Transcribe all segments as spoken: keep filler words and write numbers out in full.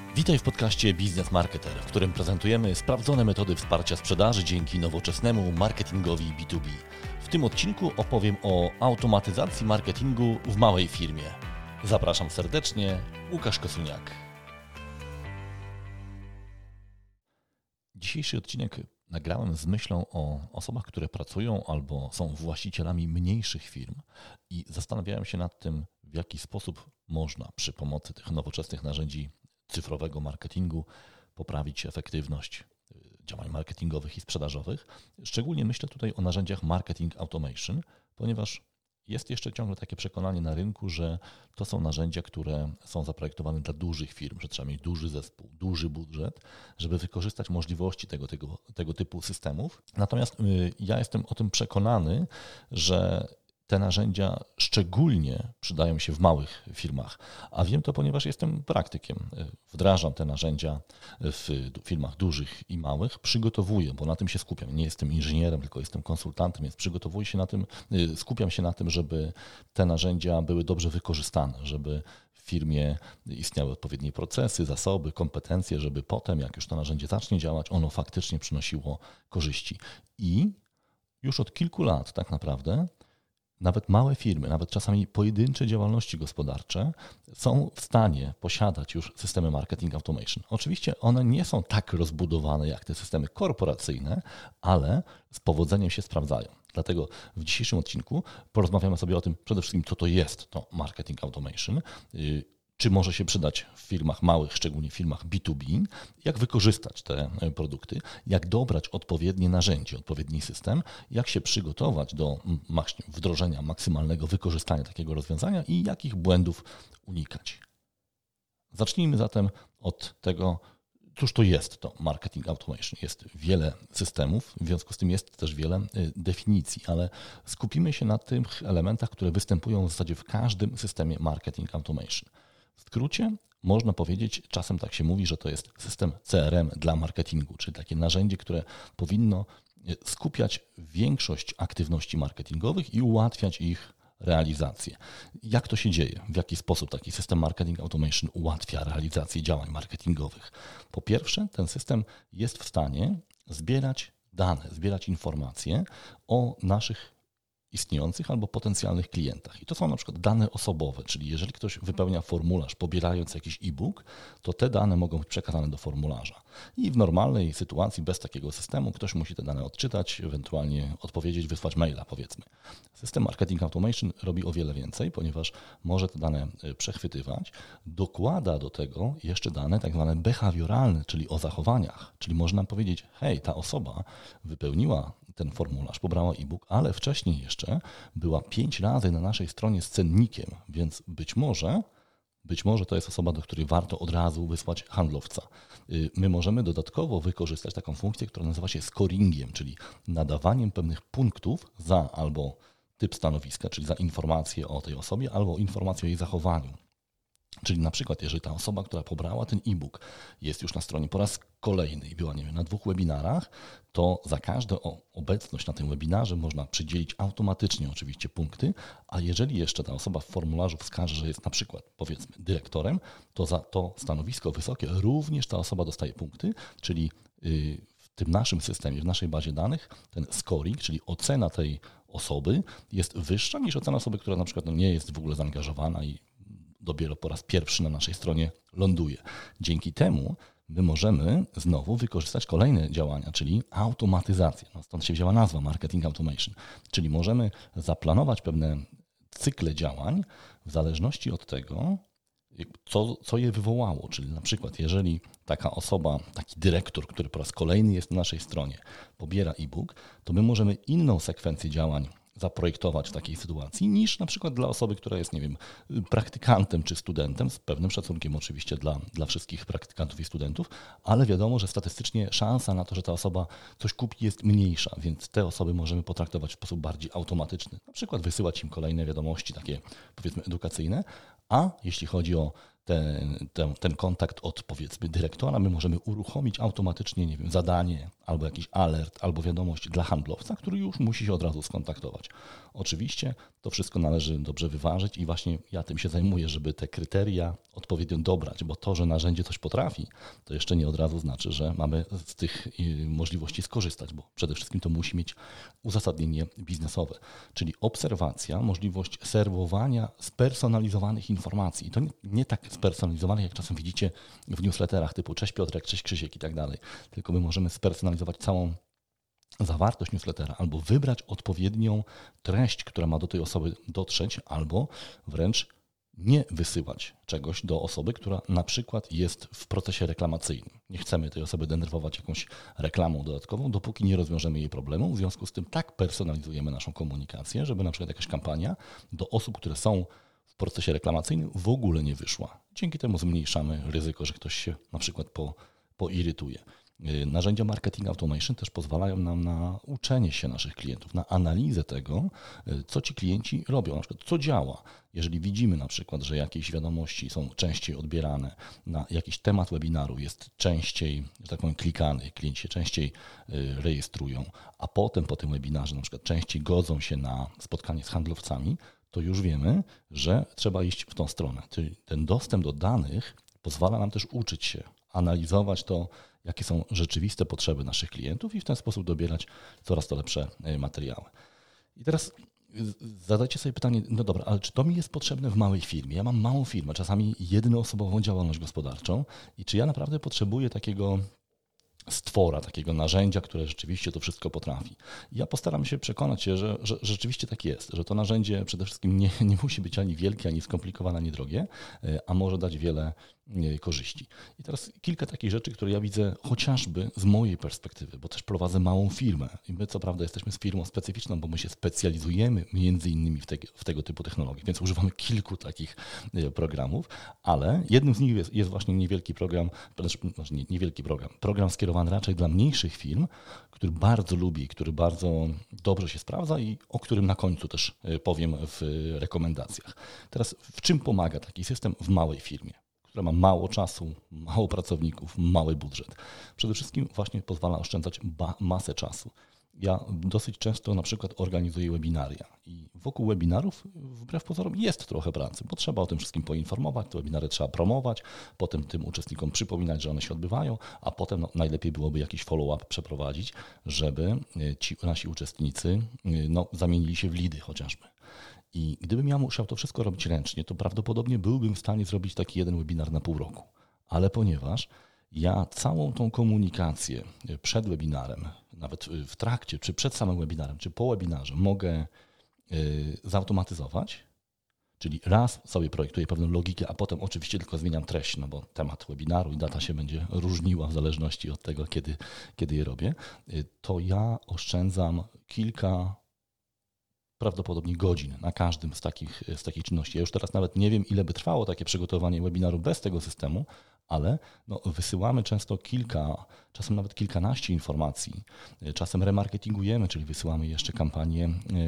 Witaj w podcaście Biznes Marketer, w którym prezentujemy sprawdzone metody wsparcia sprzedaży dzięki nowoczesnemu marketingowi B dwa B. W tym odcinku opowiem o automatyzacji marketingu w małej firmie. Zapraszam serdecznie, Łukasz Kosuniak. Dzisiejszy odcinek nagrałem z myślą o osobach, które pracują albo są właścicielami mniejszych firm i zastanawiałem się nad tym, w jaki sposób można przy pomocy tych nowoczesnych narzędzi cyfrowego marketingu poprawić efektywność działań marketingowych i sprzedażowych. Szczególnie myślę tutaj o narzędziach marketing automation, ponieważ jest jeszcze ciągle takie przekonanie na rynku, że to są narzędzia, które są zaprojektowane dla dużych firm, że trzeba mieć duży zespół, duży budżet, żeby wykorzystać możliwości tego, tego, tego typu systemów. Natomiast ja jestem o tym przekonany, że te narzędzia szczególnie przydają się w małych firmach, a wiem to, ponieważ jestem praktykiem. Wdrażam te narzędzia w firmach dużych i małych, przygotowuję, bo na tym się skupiam. Nie jestem inżynierem, tylko jestem konsultantem, więc przygotowuję się na tym, skupiam się na tym, żeby te narzędzia były dobrze wykorzystane, żeby w firmie istniały odpowiednie procesy, zasoby, kompetencje, żeby potem, jak już to narzędzie zacznie działać, ono faktycznie przynosiło korzyści. I już od kilku lat tak naprawdę nawet małe firmy, nawet czasami pojedyncze działalności gospodarcze są w stanie posiadać już systemy marketing automation. Oczywiście one nie są tak rozbudowane jak te systemy korporacyjne, ale z powodzeniem się sprawdzają. Dlatego w dzisiejszym odcinku porozmawiamy sobie o tym przede wszystkim, co to jest to marketing automation, czy może się przydać w firmach małych, szczególnie w firmach B dwa B, jak wykorzystać te produkty, jak dobrać odpowiednie narzędzie, odpowiedni system, jak się przygotować do wdrożenia maksymalnego wykorzystania takiego rozwiązania i jakich błędów unikać. Zacznijmy zatem od tego, cóż to jest to marketing automation. Jest wiele systemów, w związku z tym jest też wiele definicji, ale skupimy się na tych elementach, które występują w zasadzie w każdym systemie marketing automation. W skrócie można powiedzieć, czasem tak się mówi, że to jest system C R M dla marketingu, czyli takie narzędzie, które powinno skupiać większość aktywności marketingowych i ułatwiać ich realizację. Jak to się dzieje? W jaki sposób taki system marketing automation ułatwia realizację działań marketingowych? Po pierwsze, ten system jest w stanie zbierać dane, zbierać informacje o naszych istniejących albo potencjalnych klientach. I to są na przykład dane osobowe, czyli jeżeli ktoś wypełnia formularz pobierając jakiś e-book, to te dane mogą być przekazane do formularza. I w normalnej sytuacji bez takiego systemu ktoś musi te dane odczytać, ewentualnie odpowiedzieć, wysłać maila, powiedzmy. System Marketing Automation robi o wiele więcej, ponieważ może te dane przechwytywać, dokłada do tego jeszcze dane tak zwane behawioralne, czyli o zachowaniach. Czyli można powiedzieć, hej, ta osoba wypełniła ten formularz, pobrała e-book, ale wcześniej jeszcze była pięć razy na naszej stronie z cennikiem, więc być może, być może to jest osoba, do której warto od razu wysłać handlowca. My możemy dodatkowo wykorzystać taką funkcję, która nazywa się scoringiem, czyli nadawaniem pewnych punktów za albo typ stanowiska, czyli za informację o tej osobie, albo informację o jej zachowaniu. Czyli na przykład, jeżeli ta osoba, która pobrała ten e-book, jest już na stronie po raz kolejny i była, nie wiem, na dwóch webinarach, to za każdą obecność na tym webinarze można przydzielić automatycznie oczywiście punkty, a jeżeli jeszcze ta osoba w formularzu wskaże, że jest na przykład, powiedzmy, dyrektorem, to za to stanowisko wysokie również ta osoba dostaje punkty, czyli w tym naszym systemie, w naszej bazie danych ten scoring, czyli ocena tej osoby jest wyższa niż ocena osoby, która na przykład nie jest w ogóle zaangażowana i dopiero po raz pierwszy na naszej stronie ląduje. Dzięki temu my możemy znowu wykorzystać kolejne działania, czyli automatyzację. No stąd się wzięła nazwa Marketing Automation. Czyli możemy zaplanować pewne cykle działań w zależności od tego, co, co je wywołało. Czyli na przykład jeżeli taka osoba, taki dyrektor, który po raz kolejny jest na naszej stronie, pobiera e-book, to my możemy inną sekwencję działań zaprojektować w takiej sytuacji niż na przykład dla osoby, która jest, nie wiem, praktykantem czy studentem, z pewnym szacunkiem oczywiście dla, dla wszystkich praktykantów i studentów, ale wiadomo, że statystycznie szansa na to, że ta osoba coś kupi, jest mniejsza, więc te osoby możemy potraktować w sposób bardziej automatyczny. Na przykład wysyłać im kolejne wiadomości takie, powiedzmy, edukacyjne, a jeśli chodzi o ten, ten, ten kontakt od, powiedzmy, dyrektora, my możemy uruchomić automatycznie, nie wiem, zadanie albo jakiś alert, albo wiadomość dla handlowca, który już musi się od razu skontaktować. Oczywiście to wszystko należy dobrze wyważyć i właśnie ja tym się zajmuję, żeby te kryteria odpowiednio dobrać, bo to, że narzędzie coś potrafi, to jeszcze nie od razu znaczy, że mamy z tych możliwości skorzystać, bo przede wszystkim to musi mieć uzasadnienie biznesowe, czyli obserwacja, możliwość serwowania spersonalizowanych informacji. I to nie, nie tak spersonalizowanych, jak czasem widzicie w newsletterach typu cześć Piotrek, cześć Krzysiek i tak dalej, tylko my możemy spersonalizować całą zawartość newslettera albo wybrać odpowiednią treść, która ma do tej osoby dotrzeć, albo wręcz nie wysyłać czegoś do osoby, która na przykład jest w procesie reklamacyjnym. Nie chcemy tej osoby denerwować jakąś reklamą dodatkową, dopóki nie rozwiążemy jej problemu. W związku z tym tak personalizujemy naszą komunikację, żeby na przykład jakaś kampania do osób, które są w procesie reklamacyjnym w ogóle nie wyszła. Dzięki temu zmniejszamy ryzyko, że ktoś się na przykład po, poirytuje. Narzędzia Marketing Automation też pozwalają nam na uczenie się naszych klientów, na analizę tego, co ci klienci robią, na przykład co działa. Jeżeli widzimy na przykład, że jakieś wiadomości są częściej odbierane, na jakiś temat webinaru jest częściej, że tak powiem, klikany, klienci się częściej rejestrują, a potem po tym webinarze na przykład częściej godzą się na spotkanie z handlowcami, to już wiemy, że trzeba iść w tą stronę. Czyli ten dostęp do danych pozwala nam też uczyć się, analizować to, jakie są rzeczywiste potrzeby naszych klientów i w ten sposób dobierać coraz to lepsze materiały. I teraz zadajcie sobie pytanie, no dobra, ale czy to mi jest potrzebne w małej firmie? Ja mam małą firmę, czasami jednoosobową działalność gospodarczą i czy ja naprawdę potrzebuję takiego stwora, takiego narzędzia, które rzeczywiście to wszystko potrafi. Ja postaram się przekonać się, że, że, że rzeczywiście tak jest, że to narzędzie przede wszystkim nie, nie musi być ani wielkie, ani skomplikowane, ani drogie, a może dać wiele korzyści. I teraz kilka takich rzeczy, które ja widzę chociażby z mojej perspektywy, bo też prowadzę małą firmę i my co prawda jesteśmy z firmą specyficzną, bo my się specjalizujemy między innymi w, te, w tego typu technologii, więc używamy kilku takich programów, ale jednym z nich jest, jest właśnie niewielki program, znaczy nie, niewielki program, program skierowany raczej dla mniejszych firm, który bardzo lubi, który bardzo dobrze się sprawdza i o którym na końcu też powiem w rekomendacjach. Teraz w czym pomaga taki system w małej firmie, która ma mało czasu, mało pracowników, mały budżet? Przede wszystkim właśnie pozwala oszczędzać ba- masę czasu. Ja dosyć często na przykład organizuję webinaria i wokół webinarów wbrew pozorom jest trochę pracy, bo trzeba o tym wszystkim poinformować, te webinary trzeba promować, potem tym uczestnikom przypominać, że one się odbywają, a potem no, najlepiej byłoby jakiś follow-up przeprowadzić, żeby ci nasi uczestnicy no, zamienili się w lidy chociażby. I gdybym ja musiał to wszystko robić ręcznie, to prawdopodobnie byłbym w stanie zrobić taki jeden webinar na pół roku. Ale ponieważ ja całą tą komunikację przed webinarem, nawet w trakcie, czy przed samym webinarem, czy po webinarze mogę zautomatyzować, czyli raz sobie projektuję pewną logikę, a potem oczywiście tylko zmieniam treść, no bo temat webinaru i data się będzie różniła w zależności od tego, kiedy, kiedy je robię, to ja oszczędzam kilka prawdopodobnie godzin na każdym z takich, z takich czynności. Ja już teraz nawet nie wiem, ile by trwało takie przygotowanie webinaru bez tego systemu, ale no, wysyłamy często kilka, czasem nawet kilkanaście informacji. Czasem remarketingujemy, czyli wysyłamy jeszcze kampanię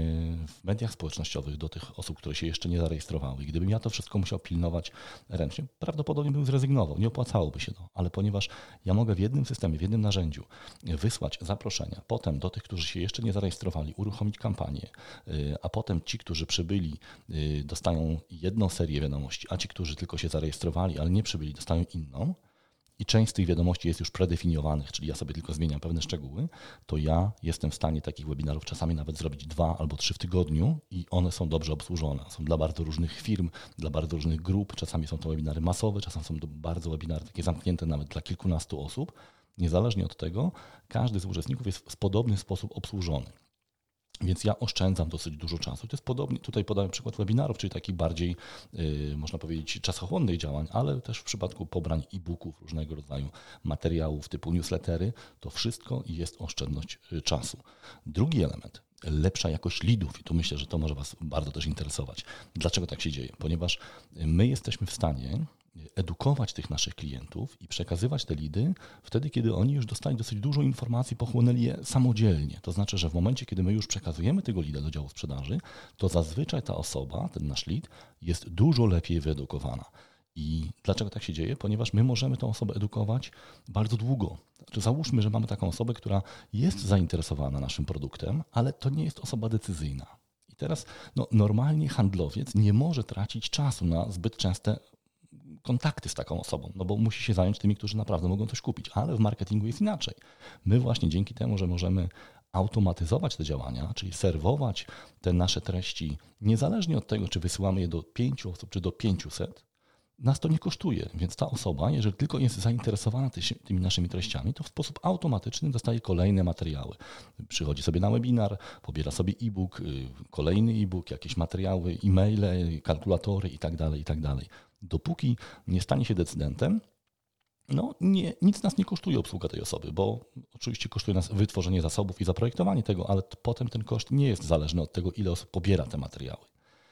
w mediach społecznościowych do tych osób, które się jeszcze nie zarejestrowały. I gdybym ja to wszystko musiał pilnować ręcznie, prawdopodobnie bym zrezygnował. Nie opłacałoby się to, ale ponieważ ja mogę w jednym systemie, w jednym narzędziu wysłać zaproszenia, potem do tych, którzy się jeszcze nie zarejestrowali, uruchomić kampanię, a potem ci, którzy przybyli, dostają jedną serię wiadomości, a ci, którzy tylko się zarejestrowali, ale nie przybyli, dostają inną, i część z tych wiadomości jest już predefiniowanych, czyli ja sobie tylko zmieniam pewne szczegóły, to ja jestem w stanie takich webinarów czasami nawet zrobić dwa albo trzy w tygodniu i one są dobrze obsłużone. Są dla bardzo różnych firm, dla bardzo różnych grup, czasami są to webinary masowe, czasami są to bardzo webinary takie zamknięte nawet dla kilkunastu osób. Niezależnie od tego, każdy z uczestników jest w podobny sposób obsłużony. Więc ja oszczędzam dosyć dużo czasu. To jest podobnie, tutaj podałem przykład webinarów, czyli takich bardziej, yy, można powiedzieć, czasochłonnych działań, ale też w przypadku pobrań e-booków, różnego rodzaju materiałów typu newslettery, to wszystko jest oszczędność czasu. Drugi element, lepsza jakość leadów i tu myślę, że to może Was bardzo też interesować. Dlaczego tak się dzieje? Ponieważ my jesteśmy w stanie edukować tych naszych klientów i przekazywać te lidy wtedy, kiedy oni już dostali dosyć dużo informacji, pochłonęli je samodzielnie. To znaczy, że w momencie, kiedy my już przekazujemy tego lida do działu sprzedaży, to zazwyczaj ta osoba, ten nasz lead, jest dużo lepiej wyedukowana. I dlaczego tak się dzieje? Ponieważ my możemy tę osobę edukować bardzo długo. Znaczy, załóżmy, że mamy taką osobę, która jest zainteresowana naszym produktem, ale to nie jest osoba decyzyjna. I teraz no, normalnie handlowiec nie może tracić czasu na zbyt częste kontakty z taką osobą, no bo musi się zająć tymi, którzy naprawdę mogą coś kupić, ale w marketingu jest inaczej. My właśnie dzięki temu, że możemy automatyzować te działania, czyli serwować te nasze treści niezależnie od tego, czy wysyłamy je do pięciu osób, czy do pięciuset, nas to nie kosztuje, więc ta osoba, jeżeli tylko jest zainteresowana tymi naszymi treściami, to w sposób automatyczny dostaje kolejne materiały. Przychodzi sobie na webinar, pobiera sobie e-book, kolejny e-book, jakieś materiały, e-maile, kalkulatory itd., itd. Dopóki nie stanie się decydentem, no nie, nic nas nie kosztuje obsługa tej osoby, bo oczywiście kosztuje nas wytworzenie zasobów i zaprojektowanie tego, ale potem ten koszt nie jest zależny od tego, ile osób pobiera te materiały.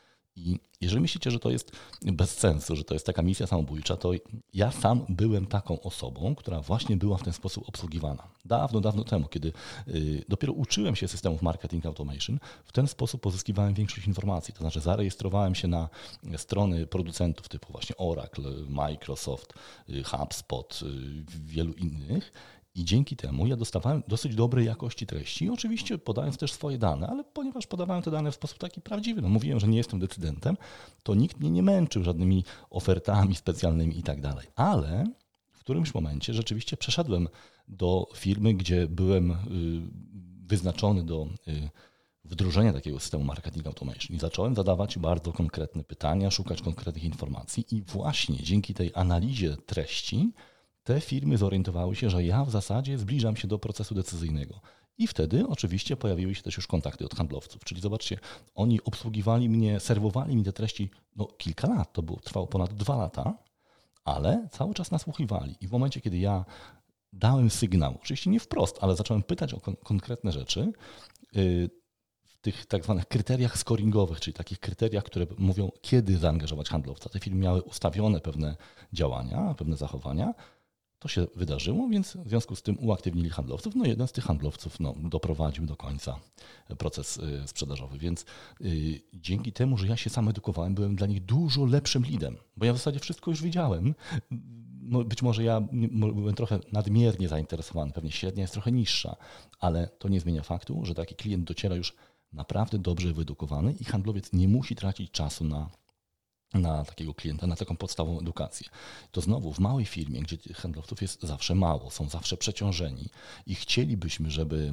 I jeżeli myślicie, że to jest bez sensu, że to jest taka misja samobójcza, to ja sam byłem taką osobą, która właśnie była w ten sposób obsługiwana. Dawno, dawno temu, kiedy y, dopiero uczyłem się systemów marketing automation, w ten sposób pozyskiwałem większość informacji. To znaczy zarejestrowałem się na strony producentów typu właśnie Oracle, Microsoft, y, HubSpot, y, wielu innych. I dzięki temu ja dostawałem dosyć dobrej jakości treści, oczywiście podając też swoje dane, ale ponieważ podawałem te dane w sposób taki prawdziwy, no mówiłem, że nie jestem decydentem, to nikt mnie nie męczył żadnymi ofertami specjalnymi i tak dalej. Ale w którymś momencie rzeczywiście przeszedłem do firmy, gdzie byłem wyznaczony do wdrożenia takiego systemu marketing automation i zacząłem zadawać bardzo konkretne pytania, szukać konkretnych informacji i właśnie dzięki tej analizie treści te firmy zorientowały się, że ja w zasadzie zbliżam się do procesu decyzyjnego. I wtedy oczywiście pojawiły się też już kontakty od handlowców. Czyli zobaczcie, oni obsługiwali mnie, serwowali mi te treści no, kilka lat, to było, trwało ponad dwa lata, ale cały czas nasłuchiwali. I w momencie, kiedy ja dałem sygnał, oczywiście nie wprost, ale zacząłem pytać o kon- konkretne rzeczy, yy, w tych tak zwanych kryteriach scoringowych, czyli takich kryteriach, które mówią, kiedy zaangażować handlowca. Te firmy miały ustawione pewne działania, pewne zachowania. To się wydarzyło, więc w związku z tym uaktywnili handlowców. No jeden z tych handlowców no, doprowadził do końca proces y, sprzedażowy, więc y, dzięki temu, że ja się sam edukowałem, byłem dla nich dużo lepszym leadem, bo ja w zasadzie wszystko już wiedziałem. No, być może ja byłem trochę nadmiernie zainteresowany, pewnie średnia jest trochę niższa, ale to nie zmienia faktu, że taki klient dociera już naprawdę dobrze wyedukowany i handlowiec nie musi tracić czasu na na takiego klienta, na taką podstawową edukację. To znowu w małej firmie, gdzie tych handlowców jest zawsze mało, są zawsze przeciążeni i chcielibyśmy, żeby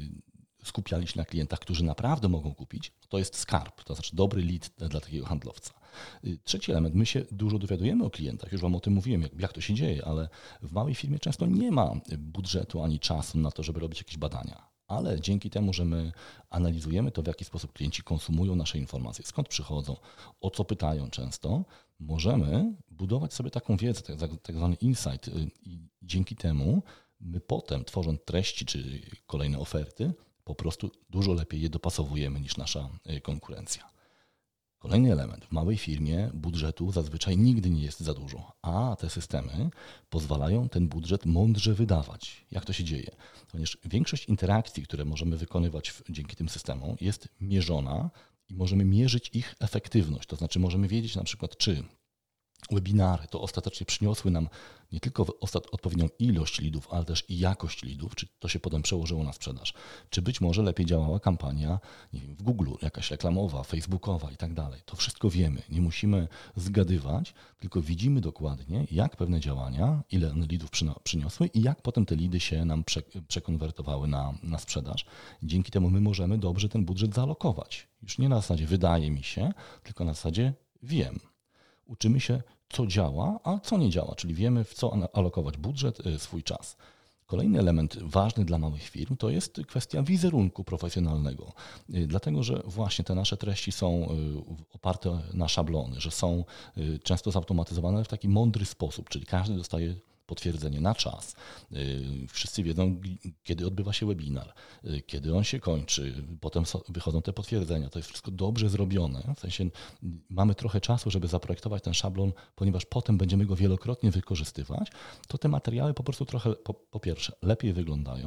skupiali się na klientach, którzy naprawdę mogą kupić, to jest skarb, to znaczy dobry lead dla takiego handlowca. Trzeci element, my się dużo dowiadujemy o klientach, już Wam o tym mówiłem, jak, jak to się dzieje, ale w małej firmie często nie ma budżetu ani czasu na to, żeby robić jakieś badania. Ale dzięki temu, że my analizujemy to, w jaki sposób klienci konsumują nasze informacje, skąd przychodzą, o co pytają często, możemy budować sobie taką wiedzę, tak, tak zwany insight i dzięki temu my potem, tworząc treści czy kolejne oferty, po prostu dużo lepiej je dopasowujemy niż nasza konkurencja. Kolejny element. W małej firmie budżetu zazwyczaj nigdy nie jest za dużo, a te systemy pozwalają ten budżet mądrze wydawać. Jak to się dzieje? Ponieważ większość interakcji, które możemy wykonywać dzięki tym systemom, jest mierzona i możemy mierzyć ich efektywność. To znaczy możemy wiedzieć na przykład, czy webinary to ostatecznie przyniosły nam nie tylko odpowiednią ilość leadów, ale też i jakość leadów, czy to się potem przełożyło na sprzedaż. Czy być może lepiej działała kampania, nie wiem, w Google, jakaś reklamowa, facebookowa i tak dalej. To wszystko wiemy. Nie musimy zgadywać, tylko widzimy dokładnie, jak pewne działania, ile leadów przyniosły i jak potem te leady się nam przekonwertowały na, na sprzedaż. Dzięki temu my możemy dobrze ten budżet zaalokować. Już nie na zasadzie wydaje mi się, tylko na zasadzie wiem. Uczymy się, co działa, a co nie działa, czyli wiemy, w co alokować budżet, swój czas. Kolejny element ważny dla małych firm to jest kwestia wizerunku profesjonalnego, dlatego że właśnie te nasze treści są oparte na szablony, że są często zautomatyzowane w taki mądry sposób, czyli każdy dostaje potwierdzenie na czas. Wszyscy wiedzą, kiedy odbywa się webinar, kiedy on się kończy, potem wychodzą te potwierdzenia. To jest wszystko dobrze zrobione. W sensie mamy trochę czasu, żeby zaprojektować ten szablon, ponieważ potem będziemy go wielokrotnie wykorzystywać, to te materiały po prostu trochę, po, po pierwsze, lepiej wyglądają,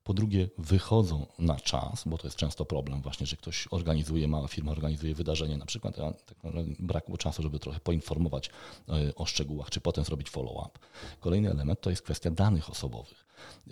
Po drugie, wychodzą na czas, bo to jest często problem właśnie, że ktoś organizuje, mała firma organizuje wydarzenie na przykład, a tak naprawdę brakło czasu, żeby trochę poinformować o szczegółach, czy potem zrobić follow-up. Kolejny element to jest kwestia danych osobowych.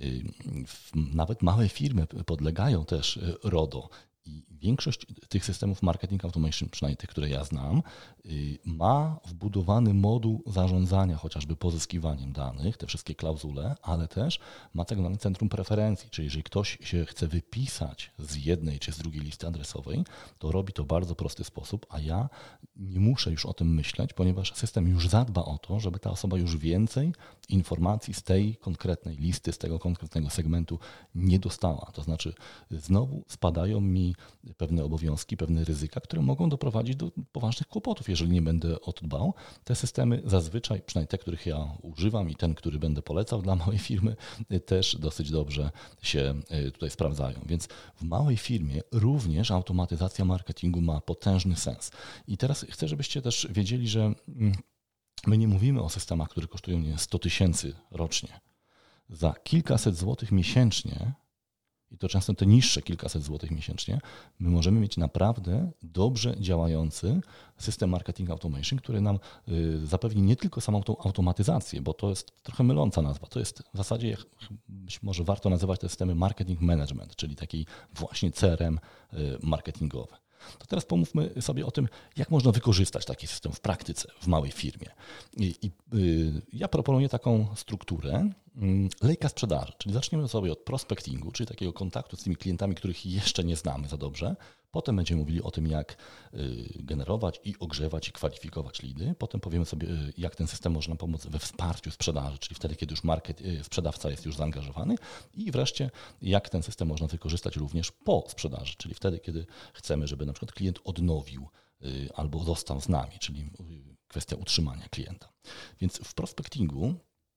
Nawet małe firmy podlegają też RODO. I większość tych systemów marketing automation, przynajmniej tych, które ja znam, ma wbudowany moduł zarządzania chociażby pozyskiwaniem danych, te wszystkie klauzule, ale też ma tak zwane centrum preferencji, czyli jeżeli ktoś się chce wypisać z jednej czy z drugiej listy adresowej, to robi to w bardzo prosty sposób, a ja nie muszę już o tym myśleć, ponieważ system już zadba o to, żeby ta osoba już więcej informacji z tej konkretnej listy, z tego konkretnego segmentu nie dostała. To znaczy znowu spadają mi pewne obowiązki, pewne ryzyka, które mogą doprowadzić do poważnych kłopotów, jeżeli nie będę o to dbał. Te systemy zazwyczaj, przynajmniej te, których ja używam i ten, który będę polecał dla małej firmy, też dosyć dobrze się tutaj sprawdzają. Więc w małej firmie również automatyzacja marketingu ma potężny sens. I teraz chcę, żebyście też wiedzieli, że my nie mówimy o systemach, które kosztują nie sto tysięcy rocznie. Za kilkaset złotych miesięcznie, i to często te niższe kilkaset złotych miesięcznie, my możemy mieć naprawdę dobrze działający system marketing automation, który nam zapewni nie tylko samą tą automatyzację, bo to jest trochę myląca nazwa. To jest w zasadzie, być może warto nazywać te systemy marketing management, czyli taki właśnie C R M marketingowy. To teraz pomówmy sobie o tym, jak można wykorzystać taki system w praktyce w małej firmie. I, i, y, ja proponuję taką strukturę y, lejka sprzedaży, czyli zaczniemy sobie od prospectingu, czyli takiego kontaktu z tymi klientami, których jeszcze nie znamy za dobrze. Potem będziemy mówili o tym, jak y, generować i ogrzewać i kwalifikować lidy. Potem powiemy sobie, y, jak ten system może nam pomóc we wsparciu sprzedaży, czyli wtedy, kiedy już market, y, sprzedawca jest już zaangażowany. I wreszcie, jak ten system można wykorzystać również po sprzedaży, czyli wtedy, kiedy chcemy, żeby na przykład klient odnowił y, albo został z nami, czyli y, kwestia utrzymania klienta. Więc w prospectingu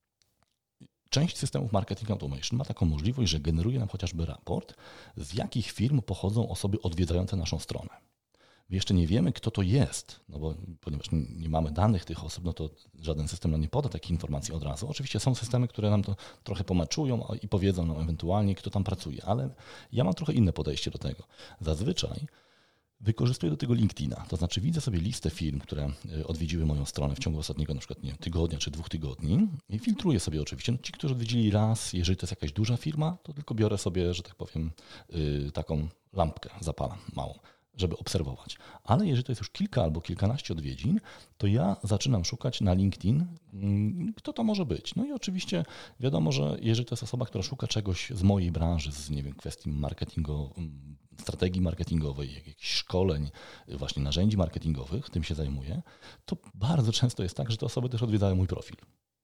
część systemów marketing automation ma taką możliwość, że generuje nam chociażby raport, z jakich firm pochodzą osoby odwiedzające naszą stronę. My jeszcze nie wiemy, kto to jest, no bo ponieważ nie mamy danych tych osób, no to żaden system nam nie poda takich informacji od razu. Oczywiście są systemy, które nam to trochę pomaczują i powiedzą nam ewentualnie, kto tam pracuje, ale ja mam trochę inne podejście do tego. Zazwyczaj wykorzystuję do tego LinkedIna, to znaczy widzę sobie listę firm, które odwiedziły moją stronę w ciągu ostatniego na przykład nie, tygodnia czy dwóch tygodni i filtruję sobie oczywiście. No, ci, którzy odwiedzili raz, jeżeli to jest jakaś duża firma, to tylko biorę sobie, że tak powiem, yy, taką lampkę zapalam małą, żeby obserwować. Ale jeżeli to jest już kilka albo kilkanaście odwiedzin, to ja zaczynam szukać na LinkedIn, kto to może być. No i oczywiście wiadomo, że jeżeli to jest osoba, która szuka czegoś z mojej branży, z nie wiem, kwestii marketingu, strategii marketingowej, jakichś szkoleń, właśnie narzędzi marketingowych, tym się zajmuję, to bardzo często jest tak, że te osoby też odwiedzają mój profil.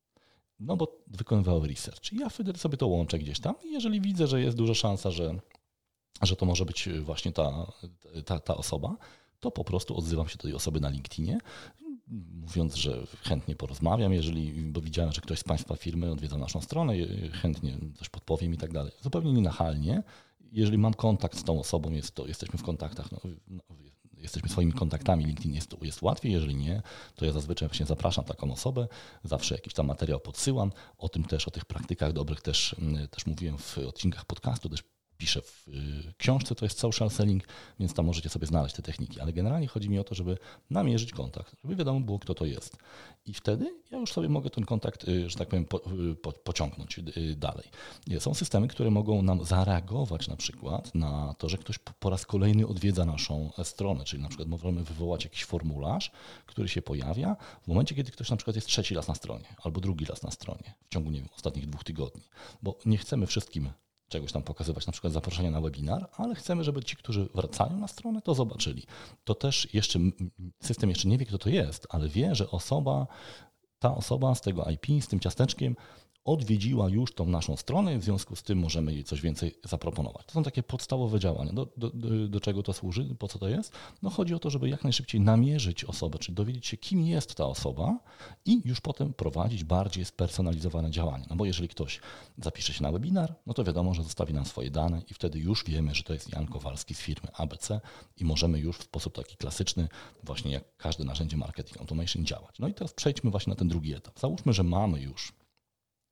No bo wykonywały research. I ja wtedy sobie to łączę gdzieś tam i jeżeli widzę, że jest duża szansa, że że to może być właśnie ta, ta, ta osoba, to po prostu odzywam się do tej osoby na LinkedInie, mówiąc, że chętnie porozmawiam, jeżeli, bo widziałem, że ktoś z Państwa firmy odwiedza naszą stronę, chętnie coś podpowiem i tak dalej. Zupełnie nienachalnie. Jeżeli mam kontakt z tą osobą, jest to, jesteśmy w kontaktach, no, no, jesteśmy swoimi kontaktami, LinkedIn jest, jest łatwiej, jeżeli nie, to ja zazwyczaj właśnie zapraszam taką osobę, zawsze jakiś tam materiał podsyłam, o tym też, o tych praktykach dobrych też, też mówiłem w odcinkach podcastu, też piszę w książce, to jest social selling, więc tam możecie sobie znaleźć te techniki, ale generalnie chodzi mi o to, żeby namierzyć kontakt, żeby wiadomo było, kto to jest. I wtedy ja już sobie mogę ten kontakt, że tak powiem, po, po, pociągnąć dalej. Są systemy, które mogą nam zareagować na przykład na to, że ktoś po raz kolejny odwiedza naszą stronę, czyli na przykład możemy wywołać jakiś formularz, który się pojawia w momencie, kiedy ktoś na przykład jest trzeci raz na stronie albo drugi raz na stronie w ciągu, nie wiem, ostatnich dwóch tygodni, bo nie chcemy wszystkim czegoś tam pokazywać, na przykład zaproszenia na webinar, ale chcemy, żeby ci, którzy wracają na stronę, to zobaczyli. To też jeszcze, system jeszcze nie wie, kto to jest, ale wie, że osoba, ta osoba z tego I P, z tym ciasteczkiem odwiedziła już tą naszą stronę i w związku z tym możemy jej coś więcej zaproponować. To są takie podstawowe działania. Do, do, do czego to służy? Po co to jest? No chodzi o to, żeby jak najszybciej namierzyć osobę, czyli dowiedzieć się, kim jest ta osoba i już potem prowadzić bardziej spersonalizowane działania. No bo jeżeli ktoś zapisze się na webinar, no to wiadomo, że zostawi nam swoje dane i wtedy już wiemy, że to jest Jan Kowalski z firmy A B C i możemy już w sposób taki klasyczny, właśnie jak każde narzędzie marketing automation działać. No i teraz przejdźmy właśnie na ten drugi etap. Załóżmy, że mamy już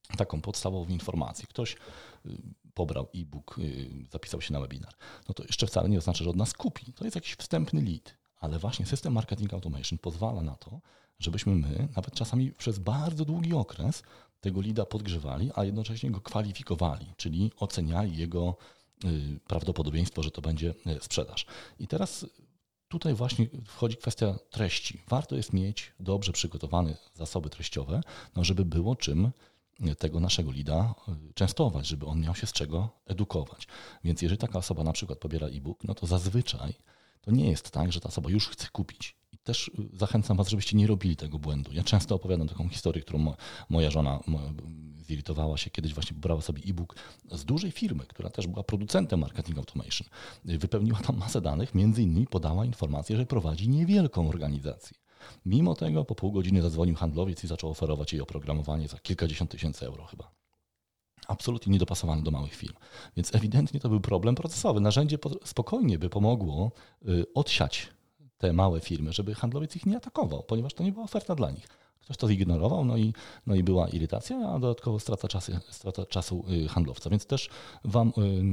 taką podstawową informację. Ktoś pobrał e-book, zapisał się na webinar. No to jeszcze wcale nie oznacza, że od nas kupi. To jest jakiś wstępny lead, ale właśnie system Marketing Automation pozwala na to, żebyśmy my nawet czasami przez bardzo długi okres tego leada podgrzewali, a jednocześnie go kwalifikowali, czyli oceniali jego prawdopodobieństwo, że to będzie sprzedaż. I teraz tutaj właśnie wchodzi kwestia treści. Warto jest mieć dobrze przygotowane zasoby treściowe, no żeby było czym tego naszego leada częstować, żeby on miał się z czego edukować. Więc jeżeli taka osoba na przykład pobiera e-book, no to zazwyczaj to nie jest tak, że ta osoba już chce kupić. I też zachęcam Was, żebyście nie robili tego błędu. Ja często opowiadam taką historię, którą mo- moja żona mo- zirytowała się, kiedyś właśnie pobrała sobie e-book z dużej firmy, która też była producentem Marketing Automation. Wypełniła tam masę danych, między innymi podała informację, że prowadzi niewielką organizację. Mimo tego po pół godziny zadzwonił handlowiec i zaczął oferować jej oprogramowanie za kilkadziesiąt tysięcy euro chyba. Absolutnie niedopasowane do małych firm. Więc ewidentnie to był problem procesowy. Narzędzie spokojnie by pomogło odsiać te małe firmy, żeby handlowiec ich nie atakował, ponieważ to nie była oferta dla nich. Ktoś to zignorował, no i, no i była irytacja, a dodatkowo strata czasu, strata czasu handlowca. Więc też Wam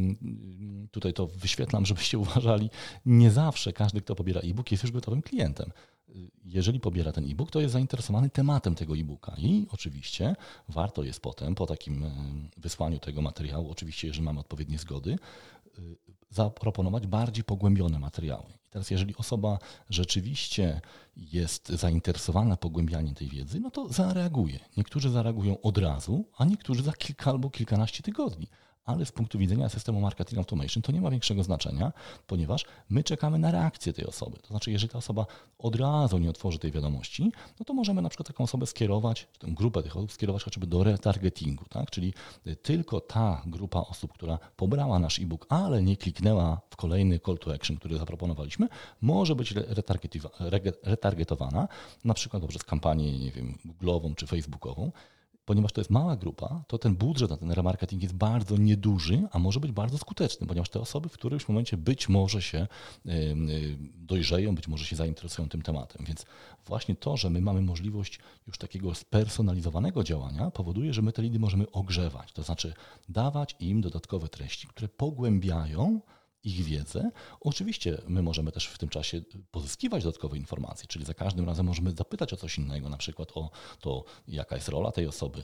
tutaj to wyświetlam, żebyście uważali, nie zawsze każdy, kto pobiera e-book, jest już gotowym klientem. Jeżeli pobiera ten e-book, to jest zainteresowany tematem tego e-booka i oczywiście warto jest potem, po takim wysłaniu tego materiału, oczywiście jeżeli mamy odpowiednie zgody, zaproponować bardziej pogłębione materiały. I teraz jeżeli osoba rzeczywiście jest zainteresowana pogłębianiem tej wiedzy, no to zareaguje. Niektórzy zareagują od razu, a niektórzy za kilka albo kilkanaście tygodni. Ale z punktu widzenia systemu Marketing Automation to nie ma większego znaczenia, ponieważ my czekamy na reakcję tej osoby. To znaczy, jeżeli ta osoba od razu nie otworzy tej wiadomości, no to możemy na przykład taką osobę skierować, tę grupę tych osób skierować chociażby do retargetingu, tak? Czyli tylko ta grupa osób, która pobrała nasz e-book, ale nie kliknęła w kolejny call to action, który zaproponowaliśmy, może być retargetowana, na przykład poprzez kampanię, nie wiem, Google'ową czy Facebookową. Ponieważ to jest mała grupa, to ten budżet na ten remarketing jest bardzo nieduży, a może być bardzo skuteczny, ponieważ te osoby w którymś momencie być może się dojrzeją, być może się zainteresują tym tematem. Więc właśnie to, że my mamy możliwość już takiego spersonalizowanego działania, powoduje, że my te lidy możemy ogrzewać, to znaczy dawać im dodatkowe treści, które pogłębiają ich wiedzę. Oczywiście my możemy też w tym czasie pozyskiwać dodatkowe informacje, czyli za każdym razem możemy zapytać o coś innego, na przykład o to, jaka jest rola tej osoby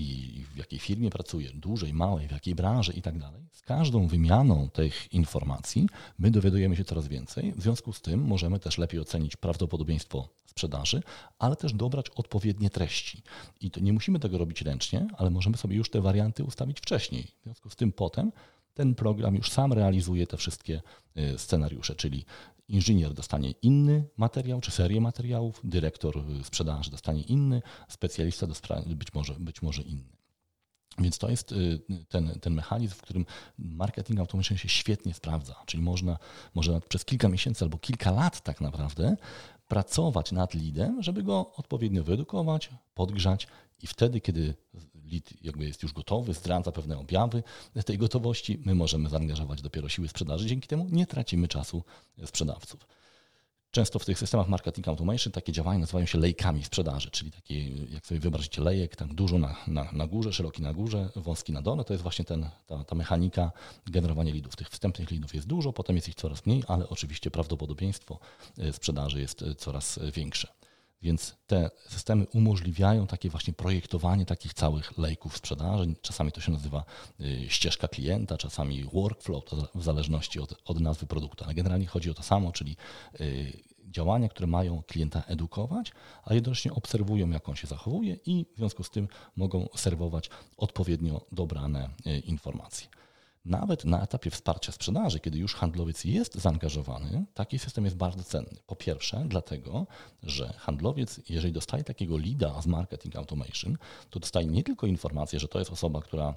i w jakiej firmie pracuje, dużej, małej, w jakiej branży i tak dalej. Z każdą wymianą tych informacji my dowiadujemy się coraz więcej, w związku z tym możemy też lepiej ocenić prawdopodobieństwo sprzedaży, ale też dobrać odpowiednie treści. I to nie musimy tego robić ręcznie, ale możemy sobie już te warianty ustawić wcześniej. W związku z tym potem ten program już sam realizuje te wszystkie scenariusze, czyli inżynier dostanie inny materiał czy serię materiałów, dyrektor sprzedaży dostanie inny, specjalista być może, być może inny. Więc to jest ten, ten mechanizm, w którym Marketing Automation się świetnie sprawdza, czyli można, można przez kilka miesięcy albo kilka lat tak naprawdę pracować nad leadem, żeby go odpowiednio wyedukować, podgrzać i wtedy, kiedy lead jakby jest już gotowy, zdradza pewne objawy tej gotowości, my możemy zaangażować dopiero siły sprzedaży. Dzięki temu nie tracimy czasu sprzedawców. Często w tych systemach Marketing Automation takie działania nazywają się lejkami sprzedaży, czyli takie, jak sobie wyobrazicie lejek, tak dużo na, na, na górze, szeroki na górze, wąski na dole, to jest właśnie ten, ta, ta mechanika generowania leadów. Tych wstępnych leadów jest dużo, potem jest ich coraz mniej, ale oczywiście prawdopodobieństwo sprzedaży jest coraz większe. Więc te systemy umożliwiają takie właśnie projektowanie takich całych lejków sprzedaży. Czasami to się nazywa ścieżka klienta, czasami workflow, to w zależności od, od nazwy produktu, ale generalnie chodzi o to samo, czyli działania, które mają klienta edukować, a jednocześnie obserwują, jak on się zachowuje i w związku z tym mogą serwować odpowiednio dobrane informacje. Nawet na etapie wsparcia sprzedaży, kiedy już handlowiec jest zaangażowany, taki system jest bardzo cenny. Po pierwsze dlatego, że handlowiec, jeżeli dostaje takiego leada z Marketing Automation, to dostaje nie tylko informację, że to jest osoba, która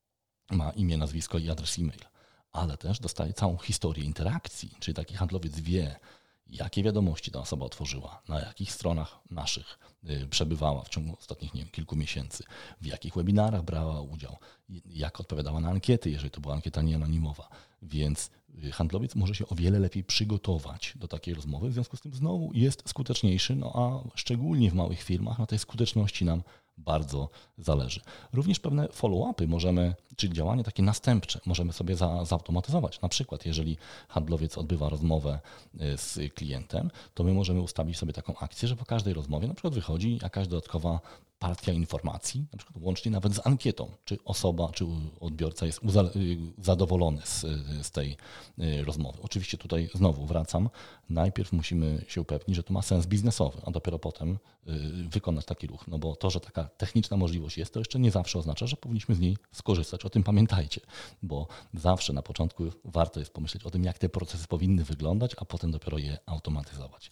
ma imię, nazwisko i adres e-mail, ale też dostaje całą historię interakcji, czyli taki handlowiec wie, jakie wiadomości ta osoba otworzyła, na jakich stronach naszych przebywała w ciągu ostatnich, nie wiem, kilku miesięcy, w jakich webinarach brała udział, jak odpowiadała na ankiety, jeżeli to była ankieta nieanonimowa. Więc handlowiec może się o wiele lepiej przygotować do takiej rozmowy, w związku z tym znowu jest skuteczniejszy, no a szczególnie w małych firmach na tej skuteczności nam bardzo zależy. Również pewne follow-upy możemy, czyli działania takie następcze, możemy sobie za, zautomatyzować. Na przykład, jeżeli handlowiec odbywa rozmowę z klientem, to my możemy ustawić sobie taką akcję, że po każdej rozmowie na przykład wychodzi jakaś dodatkowa partia informacji, na przykład łącznie nawet z ankietą, czy osoba, czy odbiorca jest zadowolony z, z tej rozmowy. Oczywiście tutaj znowu wracam, najpierw musimy się upewnić, że to ma sens biznesowy, a dopiero potem wykonać taki ruch, no bo to, że taka techniczna możliwość jest, to jeszcze nie zawsze oznacza, że powinniśmy z niej skorzystać. O tym pamiętajcie, bo zawsze na początku warto jest pomyśleć o tym, jak te procesy powinny wyglądać, a potem dopiero je automatyzować.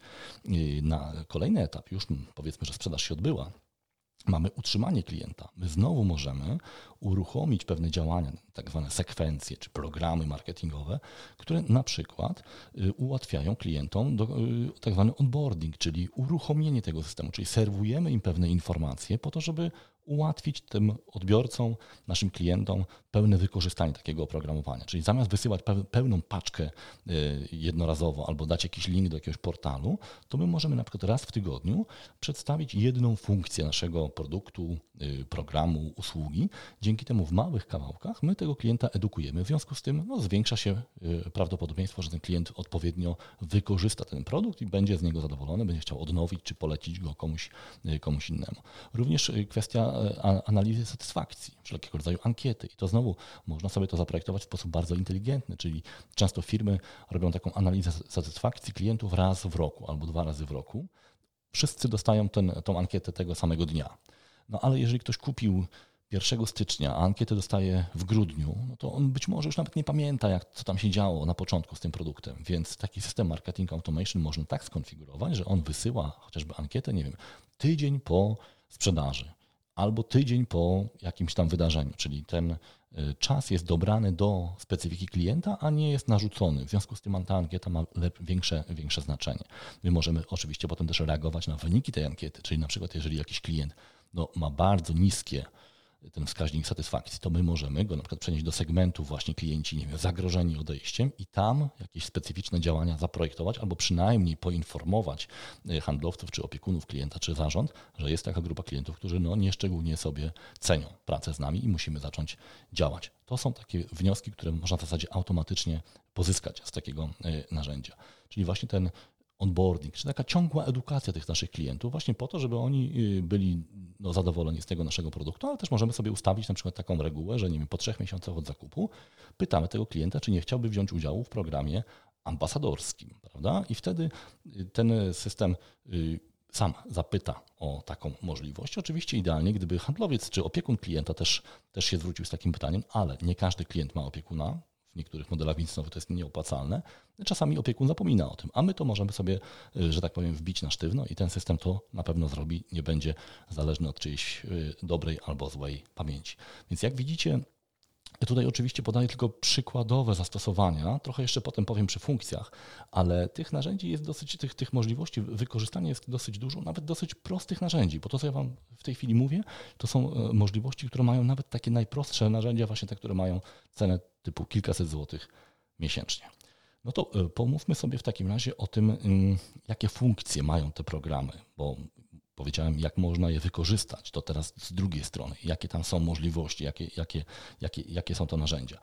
Na kolejny etap, już powiedzmy, że sprzedaż się odbyła, mamy utrzymanie klienta. My znowu możemy uruchomić pewne działania, tak zwane sekwencje czy programy marketingowe, które na przykład ułatwiają klientom do, tak zwany onboarding, czyli uruchomienie tego systemu, czyli serwujemy im pewne informacje po to, żeby ułatwić tym odbiorcom, naszym klientom pełne wykorzystanie takiego oprogramowania. Czyli zamiast wysyłać pełną paczkę jednorazowo albo dać jakiś link do jakiegoś portalu, to my możemy na przykład raz w tygodniu przedstawić jedną funkcję naszego produktu, programu, usługi. Dzięki temu w małych kawałkach my tego klienta edukujemy. W związku z tym no, zwiększa się prawdopodobieństwo, że ten klient odpowiednio wykorzysta ten produkt i będzie z niego zadowolony, będzie chciał odnowić czy polecić go komuś, komuś innemu. Również kwestia analizy satysfakcji, wszelkiego rodzaju ankiety. I to znowu można sobie to zaprojektować w sposób bardzo inteligentny, czyli często firmy robią taką analizę satysfakcji klientów raz w roku albo dwa razy w roku. Wszyscy dostają ten, tą ankietę tego samego dnia. No ale jeżeli ktoś kupił pierwszego stycznia, a ankietę dostaje w grudniu, no to on być może już nawet nie pamięta, jak, co tam się działo na początku z tym produktem. Więc taki system marketing automation można tak skonfigurować, że on wysyła chociażby ankietę, nie wiem, tydzień po sprzedaży albo tydzień po jakimś tam wydarzeniu, czyli ten czas jest dobrany do specyfiki klienta, a nie jest narzucony. W związku z tym ta ankieta ma większe, większe znaczenie. My możemy oczywiście potem też reagować na wyniki tej ankiety, czyli na przykład jeżeli jakiś klient no, ma bardzo niskie ten wskaźnik satysfakcji, to my możemy go na przykład przenieść do segmentu właśnie klienci, nie wiem, zagrożeni odejściem i tam jakieś specyficzne działania zaprojektować albo przynajmniej poinformować handlowców czy opiekunów klienta czy zarząd, że jest taka grupa klientów, którzy no nieszczególnie sobie cenią pracę z nami i musimy zacząć działać. To są takie wnioski, które można w zasadzie automatycznie pozyskać z takiego narzędzia. Czyli właśnie ten onboarding, czy taka ciągła edukacja tych naszych klientów właśnie po to, żeby oni byli no, zadowoleni z tego naszego produktu, ale też możemy sobie ustawić na przykład taką regułę, że nie wiem, po trzech miesiącach od zakupu pytamy tego klienta, czy nie chciałby wziąć udziału w programie ambasadorskim, prawda? I wtedy ten system sam zapyta o taką możliwość. Oczywiście idealnie, gdyby handlowiec czy opiekun klienta też, też się zwrócił z takim pytaniem, ale nie każdy klient ma opiekuna. W niektórych modelach biznesowych to jest nieopłacalne. Czasami opiekun zapomina o tym, a my to możemy sobie, że tak powiem, wbić na sztywno i ten system to na pewno zrobi, nie będzie zależny od czyjejś dobrej albo złej pamięci. Więc jak widzicie, tutaj oczywiście podaję tylko przykładowe zastosowania, trochę jeszcze potem powiem przy funkcjach, ale tych narzędzi jest dosyć, tych, tych możliwości wykorzystania jest dosyć dużo, nawet dosyć prostych narzędzi, bo to, co ja Wam w tej chwili mówię, to są możliwości, które mają nawet takie najprostsze narzędzia, właśnie te, które mają cenę typu kilkaset złotych miesięcznie. No to pomówmy sobie w takim razie o tym, jakie funkcje mają te programy, bo powiedziałem, jak można je wykorzystać, to teraz z drugiej strony, jakie tam są możliwości, jakie, jakie, jakie, jakie są to narzędzia.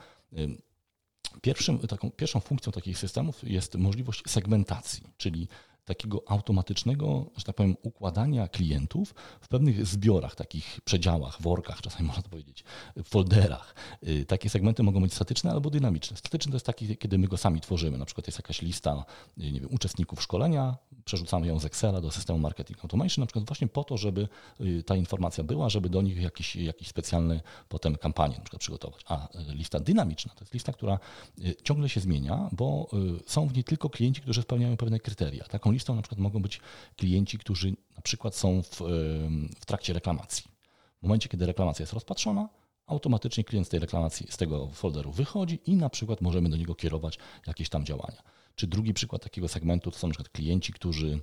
Pierwszym, taką, pierwszą funkcją takich systemów jest możliwość segmentacji, czyli takiego automatycznego, że tak powiem, układania klientów w pewnych zbiorach, takich przedziałach, workach, czasami można to powiedzieć, folderach. Takie segmenty mogą być statyczne albo dynamiczne. Statyczny to jest taki, kiedy my go sami tworzymy. Na przykład jest jakaś lista, nie wiem, uczestników szkolenia, przerzucamy ją z Excela do systemu Marketing Automation, na przykład właśnie po to, żeby ta informacja była, żeby do nich jakiś, jakiś specjalny potem kampanię na przykład przygotować. A lista dynamiczna to jest lista, która ciągle się zmienia, bo są w niej tylko klienci, którzy spełniają pewne kryteria. Taką listą na przykład mogą być klienci, którzy na przykład są w, w trakcie reklamacji. W momencie, kiedy reklamacja jest rozpatrzona, automatycznie klient z tej reklamacji, z tego folderu wychodzi i na przykład możemy do niego kierować jakieś tam działania. Czy drugi przykład takiego segmentu to są na przykład klienci, którzy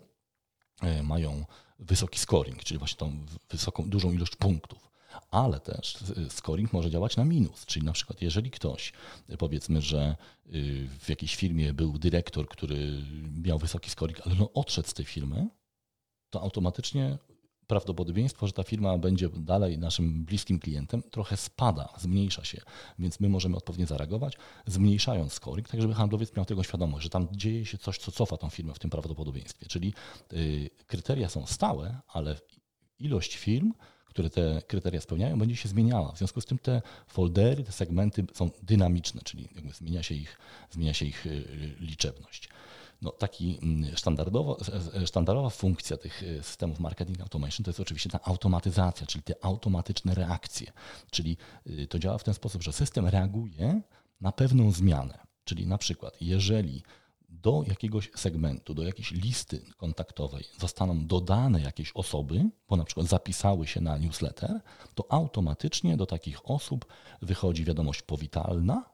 mają wysoki scoring, czyli właśnie tą wysoką, dużą ilość punktów. Ale też scoring może działać na minus, czyli na przykład jeżeli ktoś, powiedzmy, że w jakiejś firmie był dyrektor, który miał wysoki scoring, ale no odszedł z tej firmy, to automatycznie prawdopodobieństwo, że ta firma będzie dalej naszym bliskim klientem, trochę spada, zmniejsza się, więc my możemy odpowiednio zareagować, zmniejszając scoring, tak żeby handlowiec miał tego świadomość, że tam dzieje się coś, co cofa tą firmę w tym prawdopodobieństwie. Czyli yy, kryteria są stałe, ale ilość firm, które te kryteria spełniają, będzie się zmieniała. W związku z tym te foldery, te segmenty są dynamiczne, czyli jakby zmienia się ich, zmienia się ich liczebność. No, taki standardowo, standardowa funkcja tych systemów marketing automation to jest oczywiście ta automatyzacja, czyli te automatyczne reakcje. Czyli to działa w ten sposób, że system reaguje na pewną zmianę. Czyli na przykład, jeżeli do jakiegoś segmentu, do jakiejś listy kontaktowej zostaną dodane jakieś osoby, bo na przykład zapisały się na newsletter, to automatycznie do takich osób wychodzi wiadomość powitalna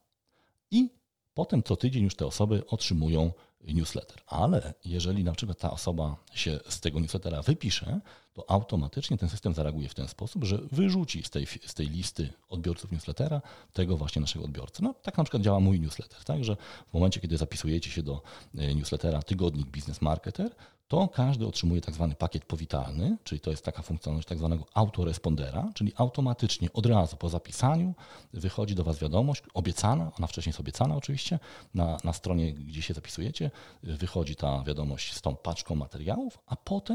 i potem co tydzień już te osoby otrzymują newsletter. Ale jeżeli na przykład ta osoba się z tego newslettera wypisze, to automatycznie ten system zareaguje w ten sposób, że wyrzuci z tej, z tej listy odbiorców newslettera tego właśnie naszego odbiorcy. No, tak na przykład działa mój newsletter, tak, że w momencie, kiedy zapisujecie się do newslettera Tygodnik Biznes Marketer, to każdy otrzymuje tak zwany pakiet powitalny, czyli to jest taka funkcjonalność tak zwanego autorespondera, czyli automatycznie od razu po zapisaniu wychodzi do Was wiadomość obiecana, ona wcześniej jest obiecana oczywiście, na, na stronie, gdzie się zapisujecie, wychodzi ta wiadomość z tą paczką materiałów, a potem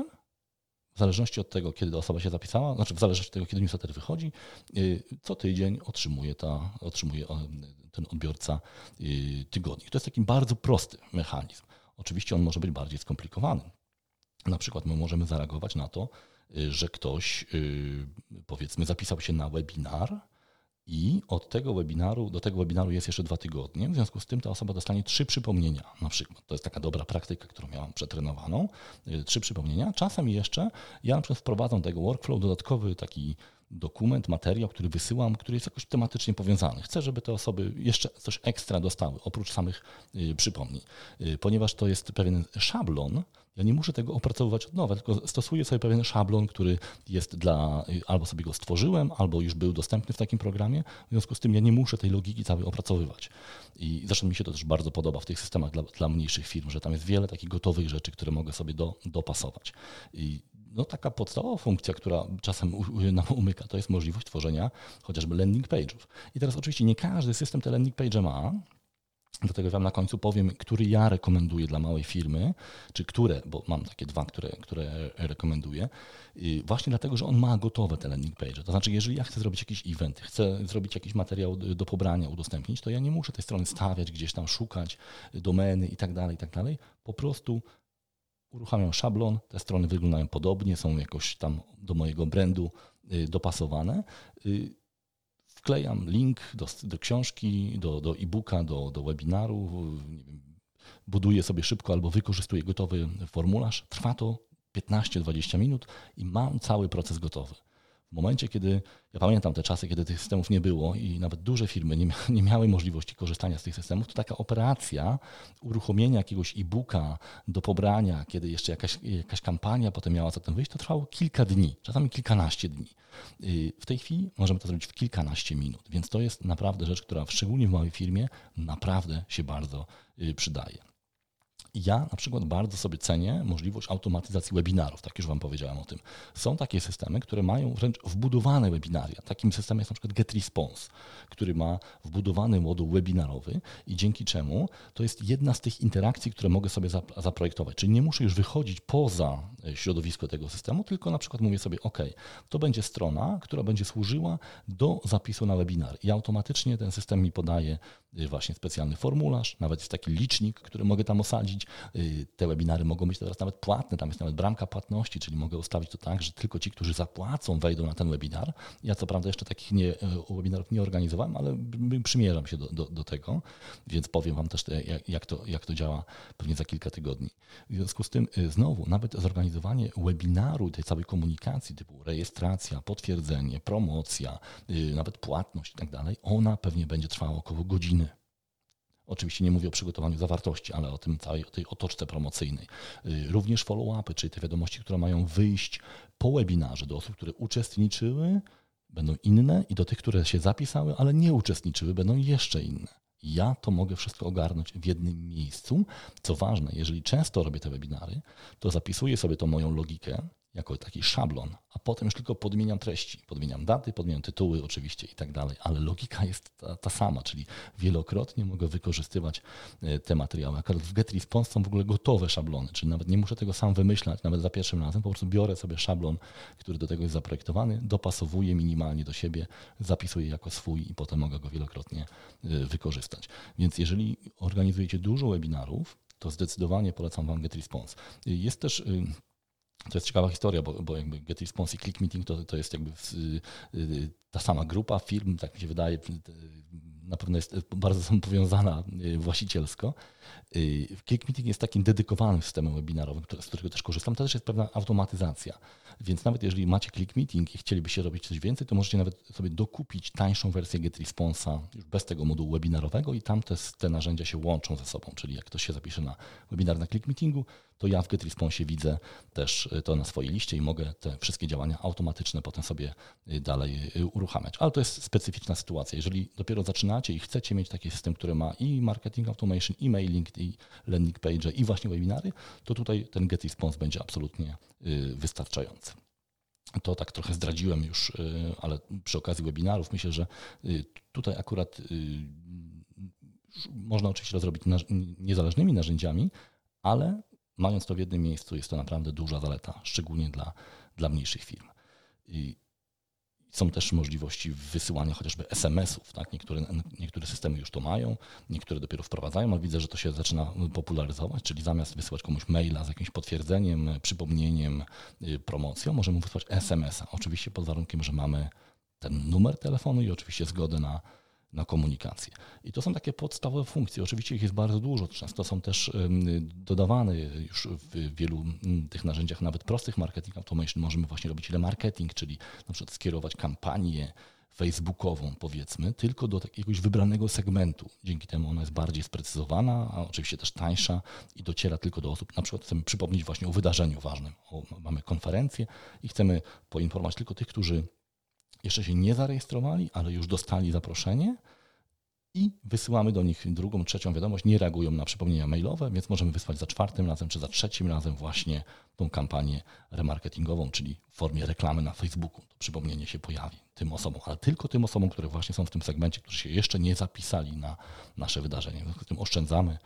w zależności od tego, kiedy osoba się zapisała, znaczy w zależności od tego, kiedy newsletter wychodzi, co tydzień otrzymuje, ta, otrzymuje ten odbiorca tygodnik. To jest taki bardzo prosty mechanizm. Oczywiście on może być bardziej skomplikowany. Na przykład my możemy zareagować na to, że ktoś, powiedzmy, zapisał się na webinar i od tego webinaru, do tego webinaru jest jeszcze dwa tygodnie. W związku z tym ta osoba dostanie trzy przypomnienia na przykład. To jest taka dobra praktyka, którą miałam przetrenowaną. Trzy przypomnienia. Czasem jeszcze ja na przykład wprowadzam do tego workflow dodatkowy taki dokument, materiał, który wysyłam, który jest jakoś tematycznie powiązany. Chcę, żeby te osoby jeszcze coś ekstra dostały, oprócz samych y, przypomnień. Y, ponieważ to jest pewien szablon, ja nie muszę tego opracowywać od nowa, tylko stosuję sobie pewien szablon, który jest dla, y, albo sobie go stworzyłem, albo już był dostępny w takim programie. W związku z tym ja nie muszę tej logiki całej opracowywać. I zresztą mi się to też bardzo podoba w tych systemach dla, dla mniejszych firm, że tam jest wiele takich gotowych rzeczy, które mogę sobie do, dopasować. I No, taka podstawowa funkcja, która czasem nam umyka, to jest możliwość tworzenia chociażby landing page'ów. I teraz oczywiście nie każdy system te landing page ma, dlatego Wam na końcu powiem, który ja rekomenduję dla małej firmy, czy które, bo mam takie dwa, które, które rekomenduję, właśnie dlatego, że on ma gotowe te landing page. To znaczy, jeżeli ja chcę zrobić jakiś event, chcę zrobić jakiś materiał do pobrania, udostępnić, to ja nie muszę tej strony stawiać, gdzieś tam szukać domeny i tak dalej, i tak dalej. Po prostu uruchamiam szablon, te strony wyglądają podobnie, są jakoś tam do mojego brandu dopasowane. Wklejam link do, do książki, do, do e-booka, do, do webinaru, nie wiem, buduję sobie szybko albo wykorzystuję gotowy formularz. Trwa to piętnaście do dwudziestu minut i mam cały proces gotowy. W momencie, kiedy, ja pamiętam te czasy, kiedy tych systemów nie było i nawet duże firmy nie, mia- nie miały możliwości korzystania z tych systemów, to taka operacja uruchomienia jakiegoś e-booka do pobrania, kiedy jeszcze jakaś, jakaś kampania potem miała za tym wyjść, to trwało kilka dni, czasami kilkanaście dni. W tej chwili możemy to zrobić w kilkanaście minut, więc to jest naprawdę rzecz, która szczególnie w małej firmie naprawdę się bardzo przydaje. Ja na przykład bardzo sobie cenię możliwość automatyzacji webinarów, tak już Wam powiedziałem o tym. Są takie systemy, które mają wręcz wbudowane webinaria. Takim systemem jest na przykład GetResponse, który ma wbudowany moduł webinarowy i dzięki czemu to jest jedna z tych interakcji, które mogę sobie zaprojektować. Czyli nie muszę już wychodzić poza środowisko tego systemu, tylko na przykład mówię sobie, OK, to będzie strona, która będzie służyła do zapisu na webinar i automatycznie ten system mi podaje właśnie specjalny formularz, nawet jest taki licznik, który mogę tam osadzić. Te webinary mogą być teraz nawet płatne, tam jest nawet bramka płatności, czyli mogę ustawić to tak, że tylko ci, którzy zapłacą, wejdą na ten webinar. Ja co prawda jeszcze takich nie, webinarów nie organizowałem, ale przymierzam się do, do, do tego, więc powiem Wam też, jak, jak, to, jak to działa pewnie za kilka tygodni. W związku z tym znowu, nawet zorganizowanie webinaru, tej całej komunikacji typu rejestracja, potwierdzenie, promocja, nawet płatność i tak dalej, ona pewnie będzie trwała około godziny. Oczywiście nie mówię o przygotowaniu zawartości, ale o tym całej o tej otoczce promocyjnej. Również follow-upy, czyli te wiadomości, które mają wyjść po webinarze do osób, które uczestniczyły, będą inne i do tych, które się zapisały, ale nie uczestniczyły, będą jeszcze inne. Ja to mogę wszystko ogarnąć w jednym miejscu. Co ważne, jeżeli często robię te webinary, to zapisuję sobie tą moją logikę, jako taki szablon, a potem już tylko podmieniam treści, podmieniam daty, podmieniam tytuły oczywiście i tak dalej, ale logika jest ta, ta sama, czyli wielokrotnie mogę wykorzystywać te materiały. Akurat w GetResponse są w ogóle gotowe szablony, czyli nawet nie muszę tego sam wymyślać, nawet za pierwszym razem, po prostu biorę sobie szablon, który do tego jest zaprojektowany, dopasowuję minimalnie do siebie, zapisuję jako swój i potem mogę go wielokrotnie wykorzystać. Więc jeżeli organizujecie dużo webinarów, to zdecydowanie polecam Wam GetResponse. Jest też... To jest ciekawa historia, bo, bo jakby GetResponse i ClickMeeting to, to jest jakby ta sama grupa firm, tak mi się wydaje, na pewno jest bardzo są powiązana właścicielsko. ClickMeeting jest takim dedykowanym systemem webinarowym, z którego też korzystam. To też jest pewna automatyzacja. Więc nawet jeżeli macie ClickMeeting i chcielibyście robić coś więcej, to możecie nawet sobie dokupić tańszą wersję GetResponse'a już bez tego modułu webinarowego i tam te, te narzędzia się łączą ze sobą. Czyli jak ktoś się zapisze na webinar na ClickMeetingu, to ja w GetResponse widzę też to na swojej liście i mogę te wszystkie działania automatyczne potem sobie dalej uruchamiać. Ale to jest specyficzna sytuacja. Jeżeli dopiero zaczynacie i chcecie mieć taki system, który ma i marketing automation, i mailing, i landing page, i właśnie webinary, to tutaj ten GetResponse będzie absolutnie wystarczający. To tak trochę zdradziłem już, ale przy okazji webinarów myślę, że tutaj akurat można oczywiście to zrobić niezależnymi narzędziami, ale mając to w jednym miejscu jest to naprawdę duża zaleta, szczególnie dla, dla mniejszych firm. I są też możliwości wysyłania chociażby es em esów. Tak? Niektóre, niektóre systemy już to mają, niektóre dopiero wprowadzają, ale widzę, że to się zaczyna popularyzować, czyli zamiast wysyłać komuś maila z jakimś potwierdzeniem, przypomnieniem, promocją, możemy wysłać es em esa. Oczywiście pod warunkiem, że mamy ten numer telefonu i oczywiście zgodę na na komunikację. I to są takie podstawowe funkcje. Oczywiście ich jest bardzo dużo. Często są też dodawane już w wielu tych narzędziach, nawet prostych marketing automation. Możemy właśnie robić remarketing, czyli na przykład skierować kampanię facebookową, powiedzmy, tylko do jakiegoś wybranego segmentu. Dzięki temu ona jest bardziej sprecyzowana, a oczywiście też tańsza i dociera tylko do osób. Na przykład chcemy przypomnieć właśnie o wydarzeniu ważnym. O, mamy konferencję i chcemy poinformować tylko tych, którzy jeszcze się nie zarejestrowali, ale już dostali zaproszenie i wysyłamy do nich drugą, trzecią wiadomość. Nie reagują na przypomnienia mailowe, więc możemy wysłać za czwartym razem czy za trzecim razem właśnie tą kampanię remarketingową, czyli w formie reklamy na Facebooku. To przypomnienie się pojawi tym osobom, ale tylko tym osobom, które właśnie są w tym segmencie, którzy się jeszcze nie zapisali na nasze wydarzenie. W związku z tym oszczędzamy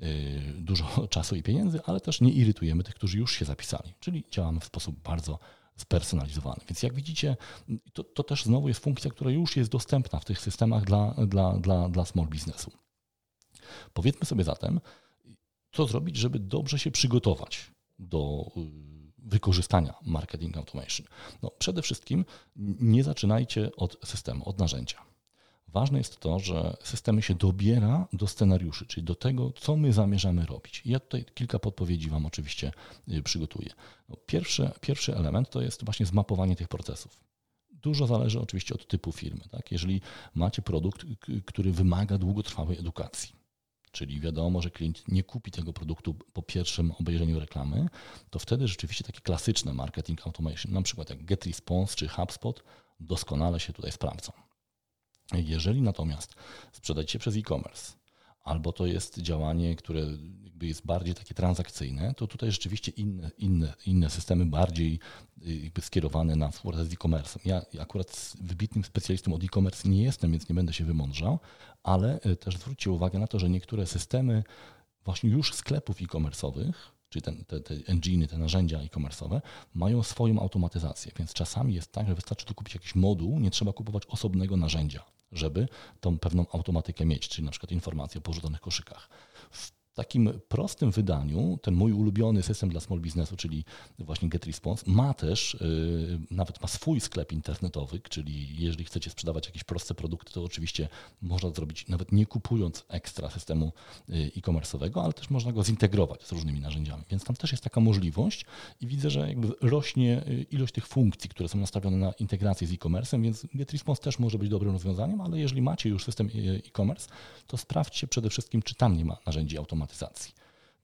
dużo czasu i pieniędzy, ale też nie irytujemy tych, którzy już się zapisali, czyli działamy w sposób bardzo spersonalizowany. Więc jak widzicie, to, to też znowu jest funkcja, która już jest dostępna w tych systemach dla, dla, dla, dla small businessu. Powiedzmy sobie zatem, co zrobić, żeby dobrze się przygotować do wykorzystania marketing automation. No, przede wszystkim nie zaczynajcie od systemu, od narzędzia. Ważne jest to, że systemy się dobiera do scenariuszy, czyli do tego, co my zamierzamy robić. I ja tutaj kilka podpowiedzi Wam oczywiście przygotuję. No, pierwszy, pierwszy element to jest właśnie zmapowanie tych procesów. Dużo zależy oczywiście od typu firmy. Tak? Jeżeli macie produkt, który wymaga długotrwałej edukacji, czyli wiadomo, że klient nie kupi tego produktu po pierwszym obejrzeniu reklamy, to wtedy rzeczywiście takie klasyczne marketing automation, na przykład jak GetResponse czy HubSpot, doskonale się tutaj sprawdzą. Jeżeli natomiast sprzedajecie przez e-commerce, albo to jest działanie, które jakby jest bardziej takie transakcyjne, to tutaj rzeczywiście inne, inne, inne systemy bardziej jakby skierowane na współpracę z e-commerce. Ja akurat wybitnym specjalistą od e-commerce nie jestem, więc nie będę się wymądrzał, ale też zwróćcie uwagę na to, że niektóre systemy właśnie już sklepów e-commerce'owych, czyli ten, te, te enginy, te narzędzia e-commerce'owe, mają swoją automatyzację, więc czasami jest tak, że wystarczy tu kupić jakiś moduł, nie trzeba kupować osobnego narzędzia, żeby tą pewną automatykę mieć, czyli na przykład informacje o porzuconych koszykach. W takim prostym wydaniu ten mój ulubiony system dla small businessu, czyli właśnie GetResponse, ma też, yy, nawet ma swój sklep internetowy, czyli jeżeli chcecie sprzedawać jakieś proste produkty, to oczywiście można to zrobić nawet nie kupując ekstra systemu e-commerce'owego, ale też można go zintegrować z różnymi narzędziami. Więc tam też jest taka możliwość i widzę, że jakby rośnie ilość tych funkcji, które są nastawione na integrację z e-commerce'em, więc GetResponse też może być dobrym rozwiązaniem, ale jeżeli macie już system e-commerce, to sprawdźcie przede wszystkim, czy tam nie ma narzędzi automatyzacji.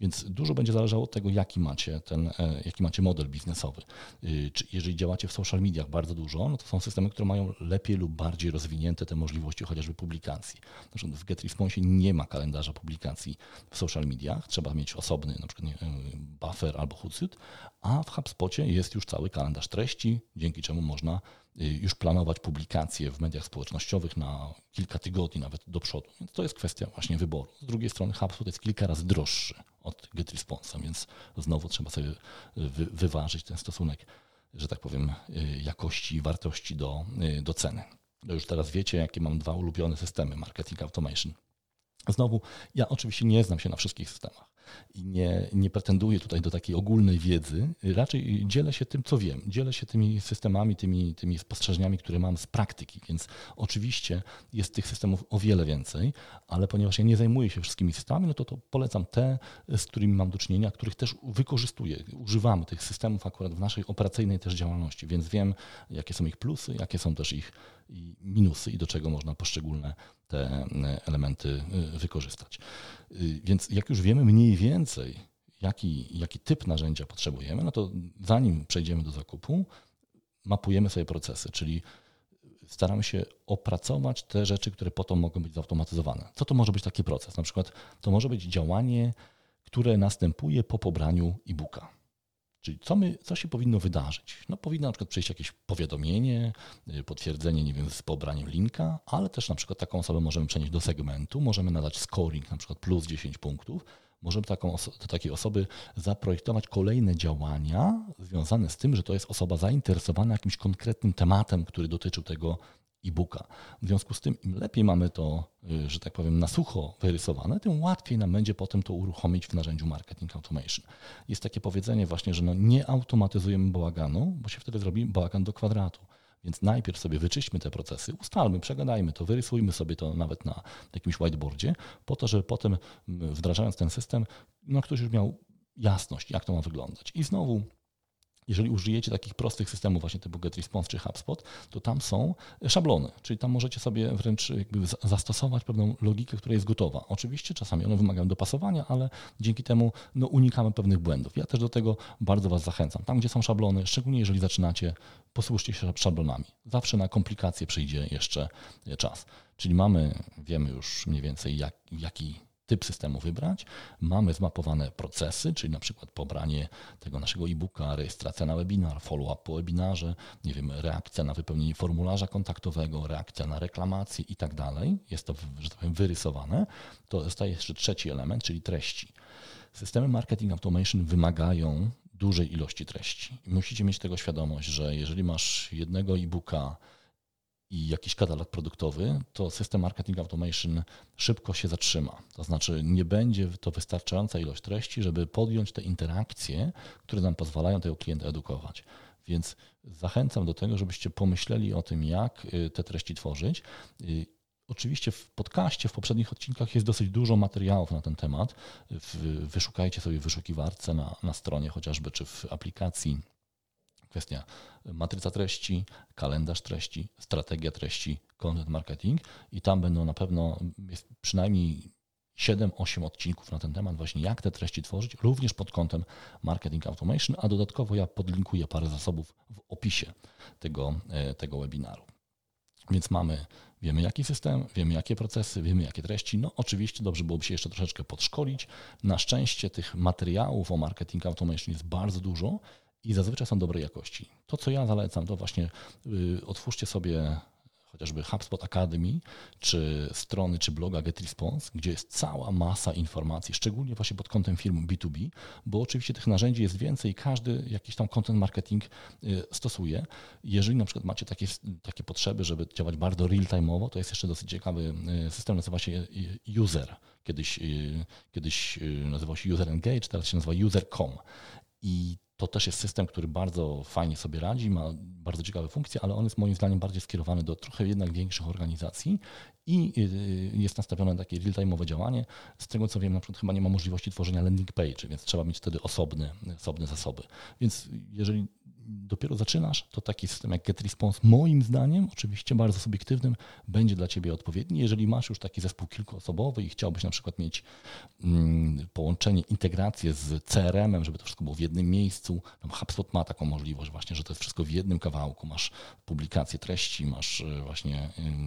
Więc dużo będzie zależało od tego, jaki macie ten, jaki macie model biznesowy. Czy jeżeli działacie w social mediach bardzo dużo, no to są systemy, które mają lepiej lub bardziej rozwinięte te możliwości chociażby publikacji. Na przykład w GetResponse nie ma kalendarza publikacji w social mediach, trzeba mieć osobny na przykład nie, buffer albo Hootsuite, a w HubSpocie jest już cały kalendarz treści, dzięki czemu można już planować publikacje w mediach społecznościowych na kilka tygodni nawet do przodu. Więc to jest kwestia właśnie wyboru. Z drugiej strony HubSpot jest kilka razy droższy od GetResponse'a, więc znowu trzeba sobie wy, wyważyć ten stosunek, że tak powiem, jakości i wartości do, do ceny. No już teraz wiecie, jakie mam dwa ulubione systemy Marketing Automation. Znowu, ja oczywiście nie znam się na wszystkich systemach i nie, nie pretenduję tutaj do takiej ogólnej wiedzy, raczej dzielę się tym, co wiem, dzielę się tymi systemami, tymi, tymi spostrzeżeniami, które mam z praktyki, więc oczywiście jest tych systemów o wiele więcej, ale ponieważ ja nie zajmuję się wszystkimi systemami, no to, to polecam te, z którymi mam do czynienia, których też wykorzystuję, używamy tych systemów akurat w naszej operacyjnej też działalności, więc wiem, jakie są ich plusy, jakie są też ich minusy i do czego można poszczególne te elementy wykorzystać. Więc jak już wiemy mniej więcej, jaki, jaki typ narzędzia potrzebujemy, no to zanim przejdziemy do zakupu, mapujemy sobie procesy, czyli staramy się opracować te rzeczy, które potem mogą być zautomatyzowane. Co to może być taki proces? Na przykład to może być działanie, które następuje po pobraniu e-booka. Czyli co, my, co się powinno wydarzyć? No powinno na przykład przyjść jakieś powiadomienie, potwierdzenie, nie wiem, z pobraniem linka, ale też na przykład taką osobę możemy przenieść do segmentu, możemy nadać scoring, na przykład plus dziesięć punktów, możemy taką oso- do takiej osoby zaprojektować kolejne działania związane z tym, że to jest osoba zainteresowana jakimś konkretnym tematem, który dotyczył tego e-booka. W związku z tym im lepiej mamy to, że tak powiem, na sucho wyrysowane, tym łatwiej nam będzie potem to uruchomić w narzędziu Marketing Automation. Jest takie powiedzenie właśnie, że no nie automatyzujemy bałaganu, bo się wtedy zrobi bałagan do kwadratu. Więc najpierw sobie wyczyśćmy te procesy, ustalmy, przegadajmy to, wyrysujmy sobie to nawet na jakimś whiteboardzie, po to, żeby potem wdrażając ten system, no ktoś już miał jasność, jak to ma wyglądać. I znowu, jeżeli użyjecie takich prostych systemów właśnie typu GetResponse czy HubSpot, to tam są szablony, czyli tam możecie sobie wręcz jakby zastosować pewną logikę, która jest gotowa. Oczywiście czasami one wymagają dopasowania, ale dzięki temu no, unikamy pewnych błędów. Ja też do tego bardzo Was zachęcam. Tam, gdzie są szablony, szczególnie jeżeli zaczynacie, posłużcie się szablonami. Zawsze na komplikacje przyjdzie jeszcze czas. Czyli mamy, wiemy już mniej więcej jak, jaki typ systemu wybrać. Mamy zmapowane procesy, czyli na przykład pobranie tego naszego e-booka, rejestracja na webinar, follow-up po webinarze, nie wiem, reakcja na wypełnienie formularza kontaktowego, reakcja na reklamację i tak dalej. Jest to, że tak powiem, wyrysowane. To zostaje jeszcze trzeci element, czyli treści. Systemy Marketing Automation wymagają dużej ilości treści. Musicie mieć tego świadomość, że jeżeli masz jednego e-booka i jakiś katalog produktowy, to system Marketing Automation szybko się zatrzyma. To znaczy nie będzie to wystarczająca ilość treści, żeby podjąć te interakcje, które nam pozwalają tego klienta edukować. Więc zachęcam do tego, żebyście pomyśleli o tym, jak te treści tworzyć. Oczywiście w podcaście, w poprzednich odcinkach jest dosyć dużo materiałów na ten temat. Wyszukajcie sobie w wyszukiwarce na, na stronie chociażby, czy w aplikacji. Kwestia matryca treści, kalendarz treści, strategia treści, content marketing i tam będą na pewno jest przynajmniej siedem osiem odcinków na ten temat właśnie jak te treści tworzyć, również pod kątem Marketing Automation, a dodatkowo ja podlinkuję parę zasobów w opisie tego, tego webinaru. Więc mamy, wiemy jaki system, wiemy jakie procesy, wiemy jakie treści. No oczywiście dobrze byłoby się jeszcze troszeczkę podszkolić. Na szczęście tych materiałów o Marketing Automation jest bardzo dużo i zazwyczaj są dobrej jakości. To, co ja zalecam, to właśnie y, otwórzcie sobie chociażby HubSpot Academy, czy strony, czy bloga GetResponse, gdzie jest cała masa informacji, szczególnie właśnie pod kątem firm B dwa B, bo oczywiście tych narzędzi jest więcej i każdy jakiś tam content marketing y, stosuje. Jeżeli na przykład macie takie, takie potrzeby, żeby działać bardzo real-time'owo, to jest jeszcze dosyć ciekawy system, nazywa się User. Kiedyś, y, kiedyś nazywał się User Engage, teraz się nazywa User kropka com. I to też jest system, który bardzo fajnie sobie radzi, ma bardzo ciekawe funkcje, ale on jest moim zdaniem bardziej skierowany do trochę jednak większych organizacji i jest nastawione na takie real-time'owe działanie. Z tego co wiem, na przykład chyba nie ma możliwości tworzenia landing page, więc trzeba mieć wtedy osobne, osobne zasoby. Więc jeżeli dopiero zaczynasz, to taki system jak GetResponse moim zdaniem, oczywiście bardzo subiektywnym, będzie dla ciebie odpowiedni. Jeżeli masz już taki zespół kilkuosobowy i chciałbyś na przykład mieć mm, połączenie, integrację z C R M em, żeby to wszystko było w jednym miejscu, no HubSpot ma taką możliwość właśnie, że to jest wszystko w jednym kawałku. Masz publikację treści, masz właśnie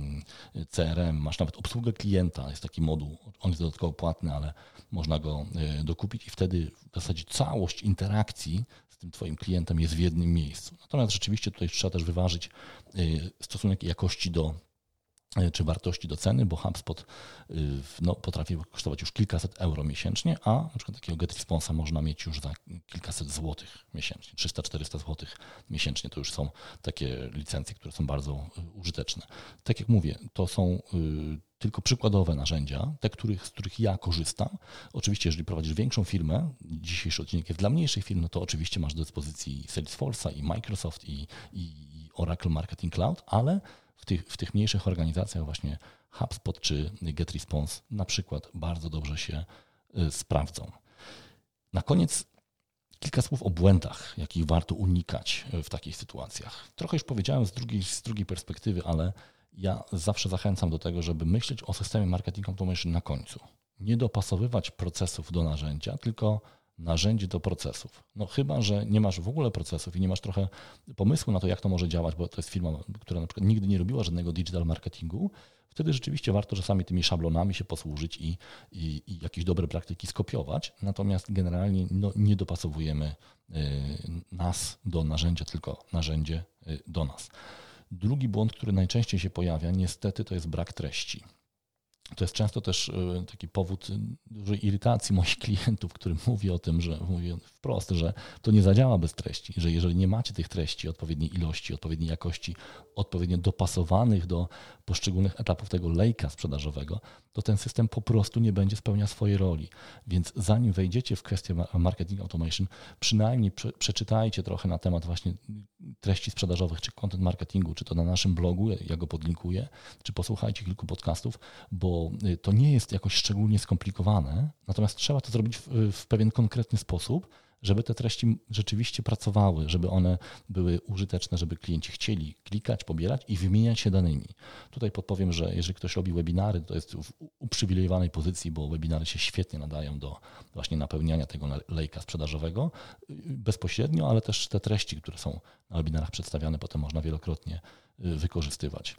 y, C R M, masz nawet obsługę klienta, jest taki moduł, on jest dodatkowo płatny, ale można go y, dokupić i wtedy w zasadzie całość interakcji z tym twoim klientem jest w jednym miejscu. Natomiast rzeczywiście tutaj trzeba też wyważyć stosunek jakości do czy wartości do ceny, bo HubSpot no, potrafi kosztować już kilkaset euro miesięcznie, a na przykład takiego GetResponse'a można mieć już za kilkaset złotych miesięcznie, trzysta czterysta złotych miesięcznie. To już są takie licencje, które są bardzo użyteczne. Tak jak mówię, to są tylko przykładowe narzędzia, te, których, z których ja korzystam. Oczywiście, jeżeli prowadzisz większą firmę, dzisiejszy odcinek jest dla mniejszych firm, no to oczywiście masz do dyspozycji Salesforce'a i Microsoft i, i Oracle Marketing Cloud, ale w tych, w tych mniejszych organizacjach właśnie HubSpot czy GetResponse na przykład bardzo dobrze się y, sprawdzą. Na koniec kilka słów o błędach, jakich warto unikać w takich sytuacjach. Trochę już powiedziałem z drugiej, z drugiej perspektywy, ale ja zawsze zachęcam do tego, żeby myśleć o systemie Marketing Automation na końcu. Nie dopasowywać procesów do narzędzia, tylko narzędzi do procesów. No chyba że nie masz w ogóle procesów i nie masz trochę pomysłu na to, jak to może działać, bo to jest firma, która na przykład nigdy nie robiła żadnego digital marketingu, wtedy rzeczywiście warto czasami tymi szablonami się posłużyć i, i, i jakieś dobre praktyki skopiować. Natomiast generalnie no, nie dopasowujemy y, nas do narzędzia, tylko narzędzie y, do nas. Drugi błąd, który najczęściej się pojawia, niestety, to jest brak treści. To jest często też taki powód dużej irytacji moich klientów, którym mówię o tym, że mówię wprost, że to nie zadziała bez treści, że jeżeli nie macie tych treści odpowiedniej ilości, odpowiedniej jakości, odpowiednio dopasowanych do poszczególnych etapów tego lejka sprzedażowego, to ten system po prostu nie będzie spełniał swojej roli. Więc zanim wejdziecie w kwestię marketing automation, przynajmniej prze, przeczytajcie trochę na temat właśnie treści sprzedażowych czy content marketingu, czy to na naszym blogu, ja go podlinkuję, czy posłuchajcie kilku podcastów, bo to nie jest jakoś szczególnie skomplikowane, natomiast trzeba to zrobić w, w pewien konkretny sposób, żeby te treści rzeczywiście pracowały, żeby one były użyteczne, żeby klienci chcieli klikać, pobierać i wymieniać się danymi. Tutaj podpowiem, że jeżeli ktoś robi webinary, to jest w uprzywilejowanej pozycji, bo webinary się świetnie nadają do właśnie napełniania tego lejka sprzedażowego bezpośrednio, ale też te treści, które są na webinarach przedstawiane, potem można wielokrotnie wykorzystywać.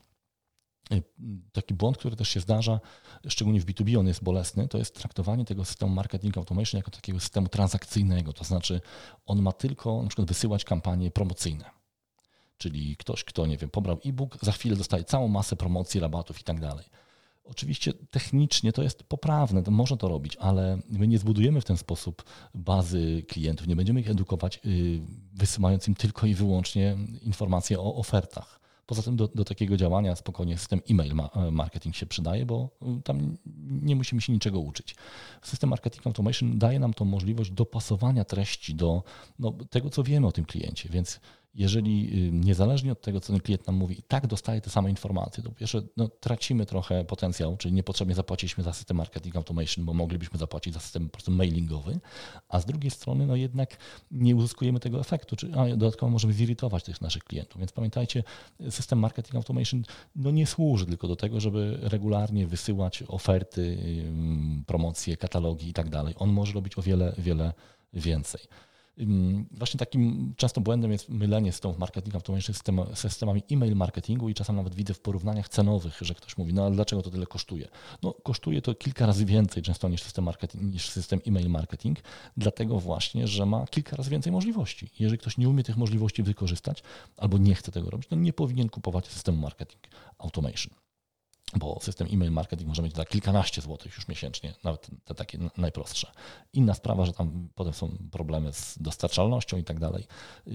Taki błąd, który też się zdarza, szczególnie w B dwa B, on jest bolesny, to jest traktowanie tego systemu Marketing Automation jako takiego systemu transakcyjnego, to znaczy on ma tylko na przykład wysyłać kampanie promocyjne, czyli ktoś, kto nie wiem, pobrał e-book, za chwilę dostaje całą masę promocji, rabatów i tak dalej. Oczywiście technicznie to jest poprawne, to można to robić, ale my nie zbudujemy w ten sposób bazy klientów, nie będziemy ich edukować, wysyłając im tylko i wyłącznie informacje o ofertach. Poza tym do, do takiego działania spokojnie system e-mail marketing się przydaje, bo tam nie musimy się niczego uczyć. System Marketing Automation daje nam tą możliwość dopasowania treści do no, tego, co wiemy o tym kliencie, więc jeżeli niezależnie od tego, co ten klient nam mówi, i tak dostaje te same informacje, to po pierwsze no, tracimy trochę potencjał, czyli niepotrzebnie zapłaciliśmy za system Marketing Automation, bo moglibyśmy zapłacić za system po prostu mailingowy, a z drugiej strony no, jednak nie uzyskujemy tego efektu, czyli, a dodatkowo możemy zirytować tych naszych klientów. Więc pamiętajcie, system Marketing Automation no, nie służy tylko do tego, żeby regularnie wysyłać oferty, promocje, katalogi i tak dalej. On może robić o wiele, wiele więcej. Właśnie takim często błędem jest mylenie z tą marketing automation systemami e-mail marketingu i czasem nawet widzę w porównaniach cenowych, że ktoś mówi, no ale dlaczego to tyle kosztuje? No kosztuje to kilka razy więcej często niż system marketing, niż system e-mail marketing, dlatego właśnie, że ma kilka razy więcej możliwości. Jeżeli ktoś nie umie tych możliwości wykorzystać albo nie chce tego robić, to nie powinien kupować systemu marketing automation. Bo system e-mail marketing może mieć za kilkanaście złotych już miesięcznie, nawet te takie najprostsze. Inna sprawa, że tam potem są problemy z dostarczalnością i tak dalej.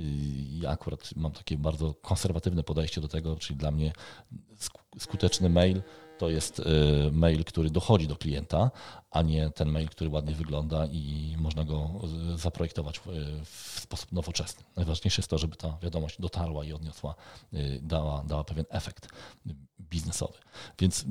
Ja akurat mam takie bardzo konserwatywne podejście do tego, czyli dla mnie skuteczny mail to jest mail, który dochodzi do klienta, a nie ten mail, który ładnie wygląda i można go zaprojektować w sposób nowoczesny. Najważniejsze jest to, żeby ta wiadomość dotarła i odniosła, dała, dała pewien efekt biznesowy. Więc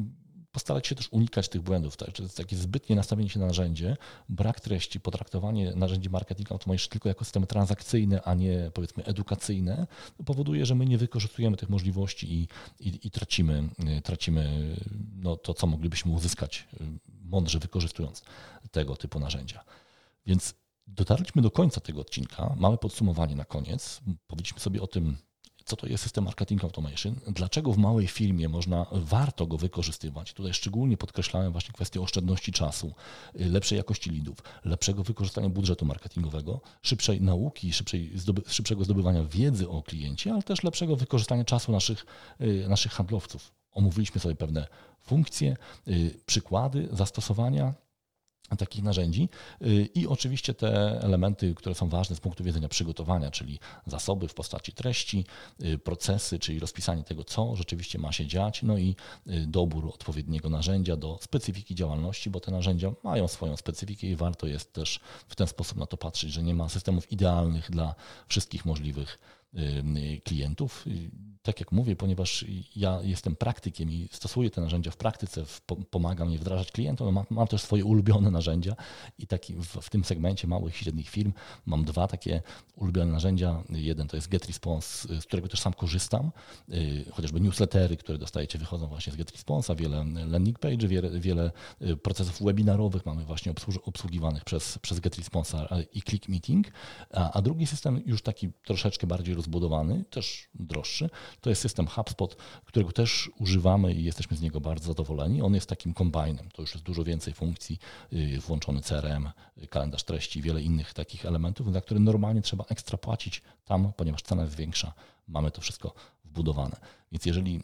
postarać się też unikać tych błędów. Tak? To jest takie zbytnie nastawienie się na narzędzie, brak treści, potraktowanie narzędzi marketing automation tylko jako systemy transakcyjne, a nie powiedzmy edukacyjne, powoduje, że my nie wykorzystujemy tych możliwości i, i, i tracimy, tracimy no, to, co moglibyśmy uzyskać mądrze wykorzystując tego typu narzędzia. Więc dotarliśmy do końca tego odcinka, mamy podsumowanie na koniec, powiedzieliśmy sobie o tym, co to jest system marketing automation, dlaczego w małej firmie można, warto go wykorzystywać. Tutaj szczególnie podkreślałem właśnie kwestię oszczędności czasu, lepszej jakości leadów, lepszego wykorzystania budżetu marketingowego, szybszej nauki, szybszej, szybszego zdobywania wiedzy o kliencie, ale też lepszego wykorzystania czasu naszych, naszych handlowców. Omówiliśmy sobie pewne funkcje, przykłady zastosowania takich narzędzi i oczywiście te elementy, które są ważne z punktu widzenia przygotowania, czyli zasoby w postaci treści, procesy, czyli rozpisanie tego, co rzeczywiście ma się dziać, no i dobór odpowiedniego narzędzia do specyfiki działalności, bo te narzędzia mają swoją specyfikę i warto jest też w ten sposób na to patrzeć, że nie ma systemów idealnych dla wszystkich możliwych klientów. Tak jak mówię, ponieważ ja jestem praktykiem i stosuję te narzędzia w praktyce, pomagam je wdrażać klientom, mam, mam też swoje ulubione narzędzia i taki w, w tym segmencie małych i średnich firm mam dwa takie ulubione narzędzia. Jeden to jest GetResponse, z którego też sam korzystam, chociażby newslettery, które dostajecie, wychodzą właśnie z GetResponse'a, wiele landing page, wiele, wiele procesów webinarowych mamy właśnie obsługiwanych przez, przez GetResponse'a i ClickMeeting, a, a drugi system już taki troszeczkę bardziej rozbudowany, też droższy, to jest system HubSpot, którego też używamy i jesteśmy z niego bardzo zadowoleni. On jest takim kombajnem, to już jest dużo więcej funkcji, włączony C R M, kalendarz treści, wiele innych takich elementów, za które normalnie trzeba ekstra płacić tam, ponieważ cena jest większa, mamy to wszystko wbudowane. Więc jeżeli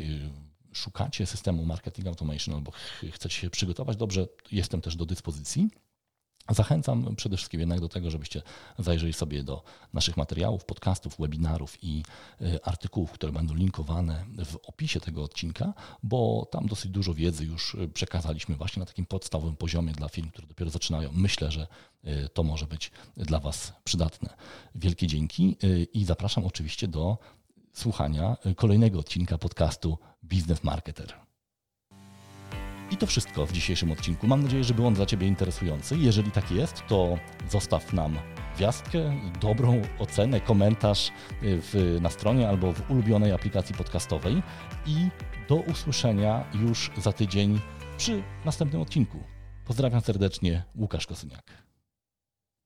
szukacie systemu marketing automation albo chcecie się przygotować dobrze, jestem też do dyspozycji. Zachęcam przede wszystkim jednak do tego, żebyście zajrzeli sobie do naszych materiałów, podcastów, webinarów i artykułów, które będą linkowane w opisie tego odcinka, bo tam dosyć dużo wiedzy już przekazaliśmy właśnie na takim podstawowym poziomie dla firm, które dopiero zaczynają. Myślę, że to może być dla Was przydatne. Wielkie dzięki i zapraszam oczywiście do słuchania kolejnego odcinka podcastu Biznes Marketer. I to wszystko w dzisiejszym odcinku. Mam nadzieję, że był on dla Ciebie interesujący. Jeżeli tak jest, to zostaw nam gwiazdkę, dobrą ocenę, komentarz w, na stronie albo w ulubionej aplikacji podcastowej i do usłyszenia już za tydzień przy następnym odcinku. Pozdrawiam serdecznie, Łukasz Kosyniak.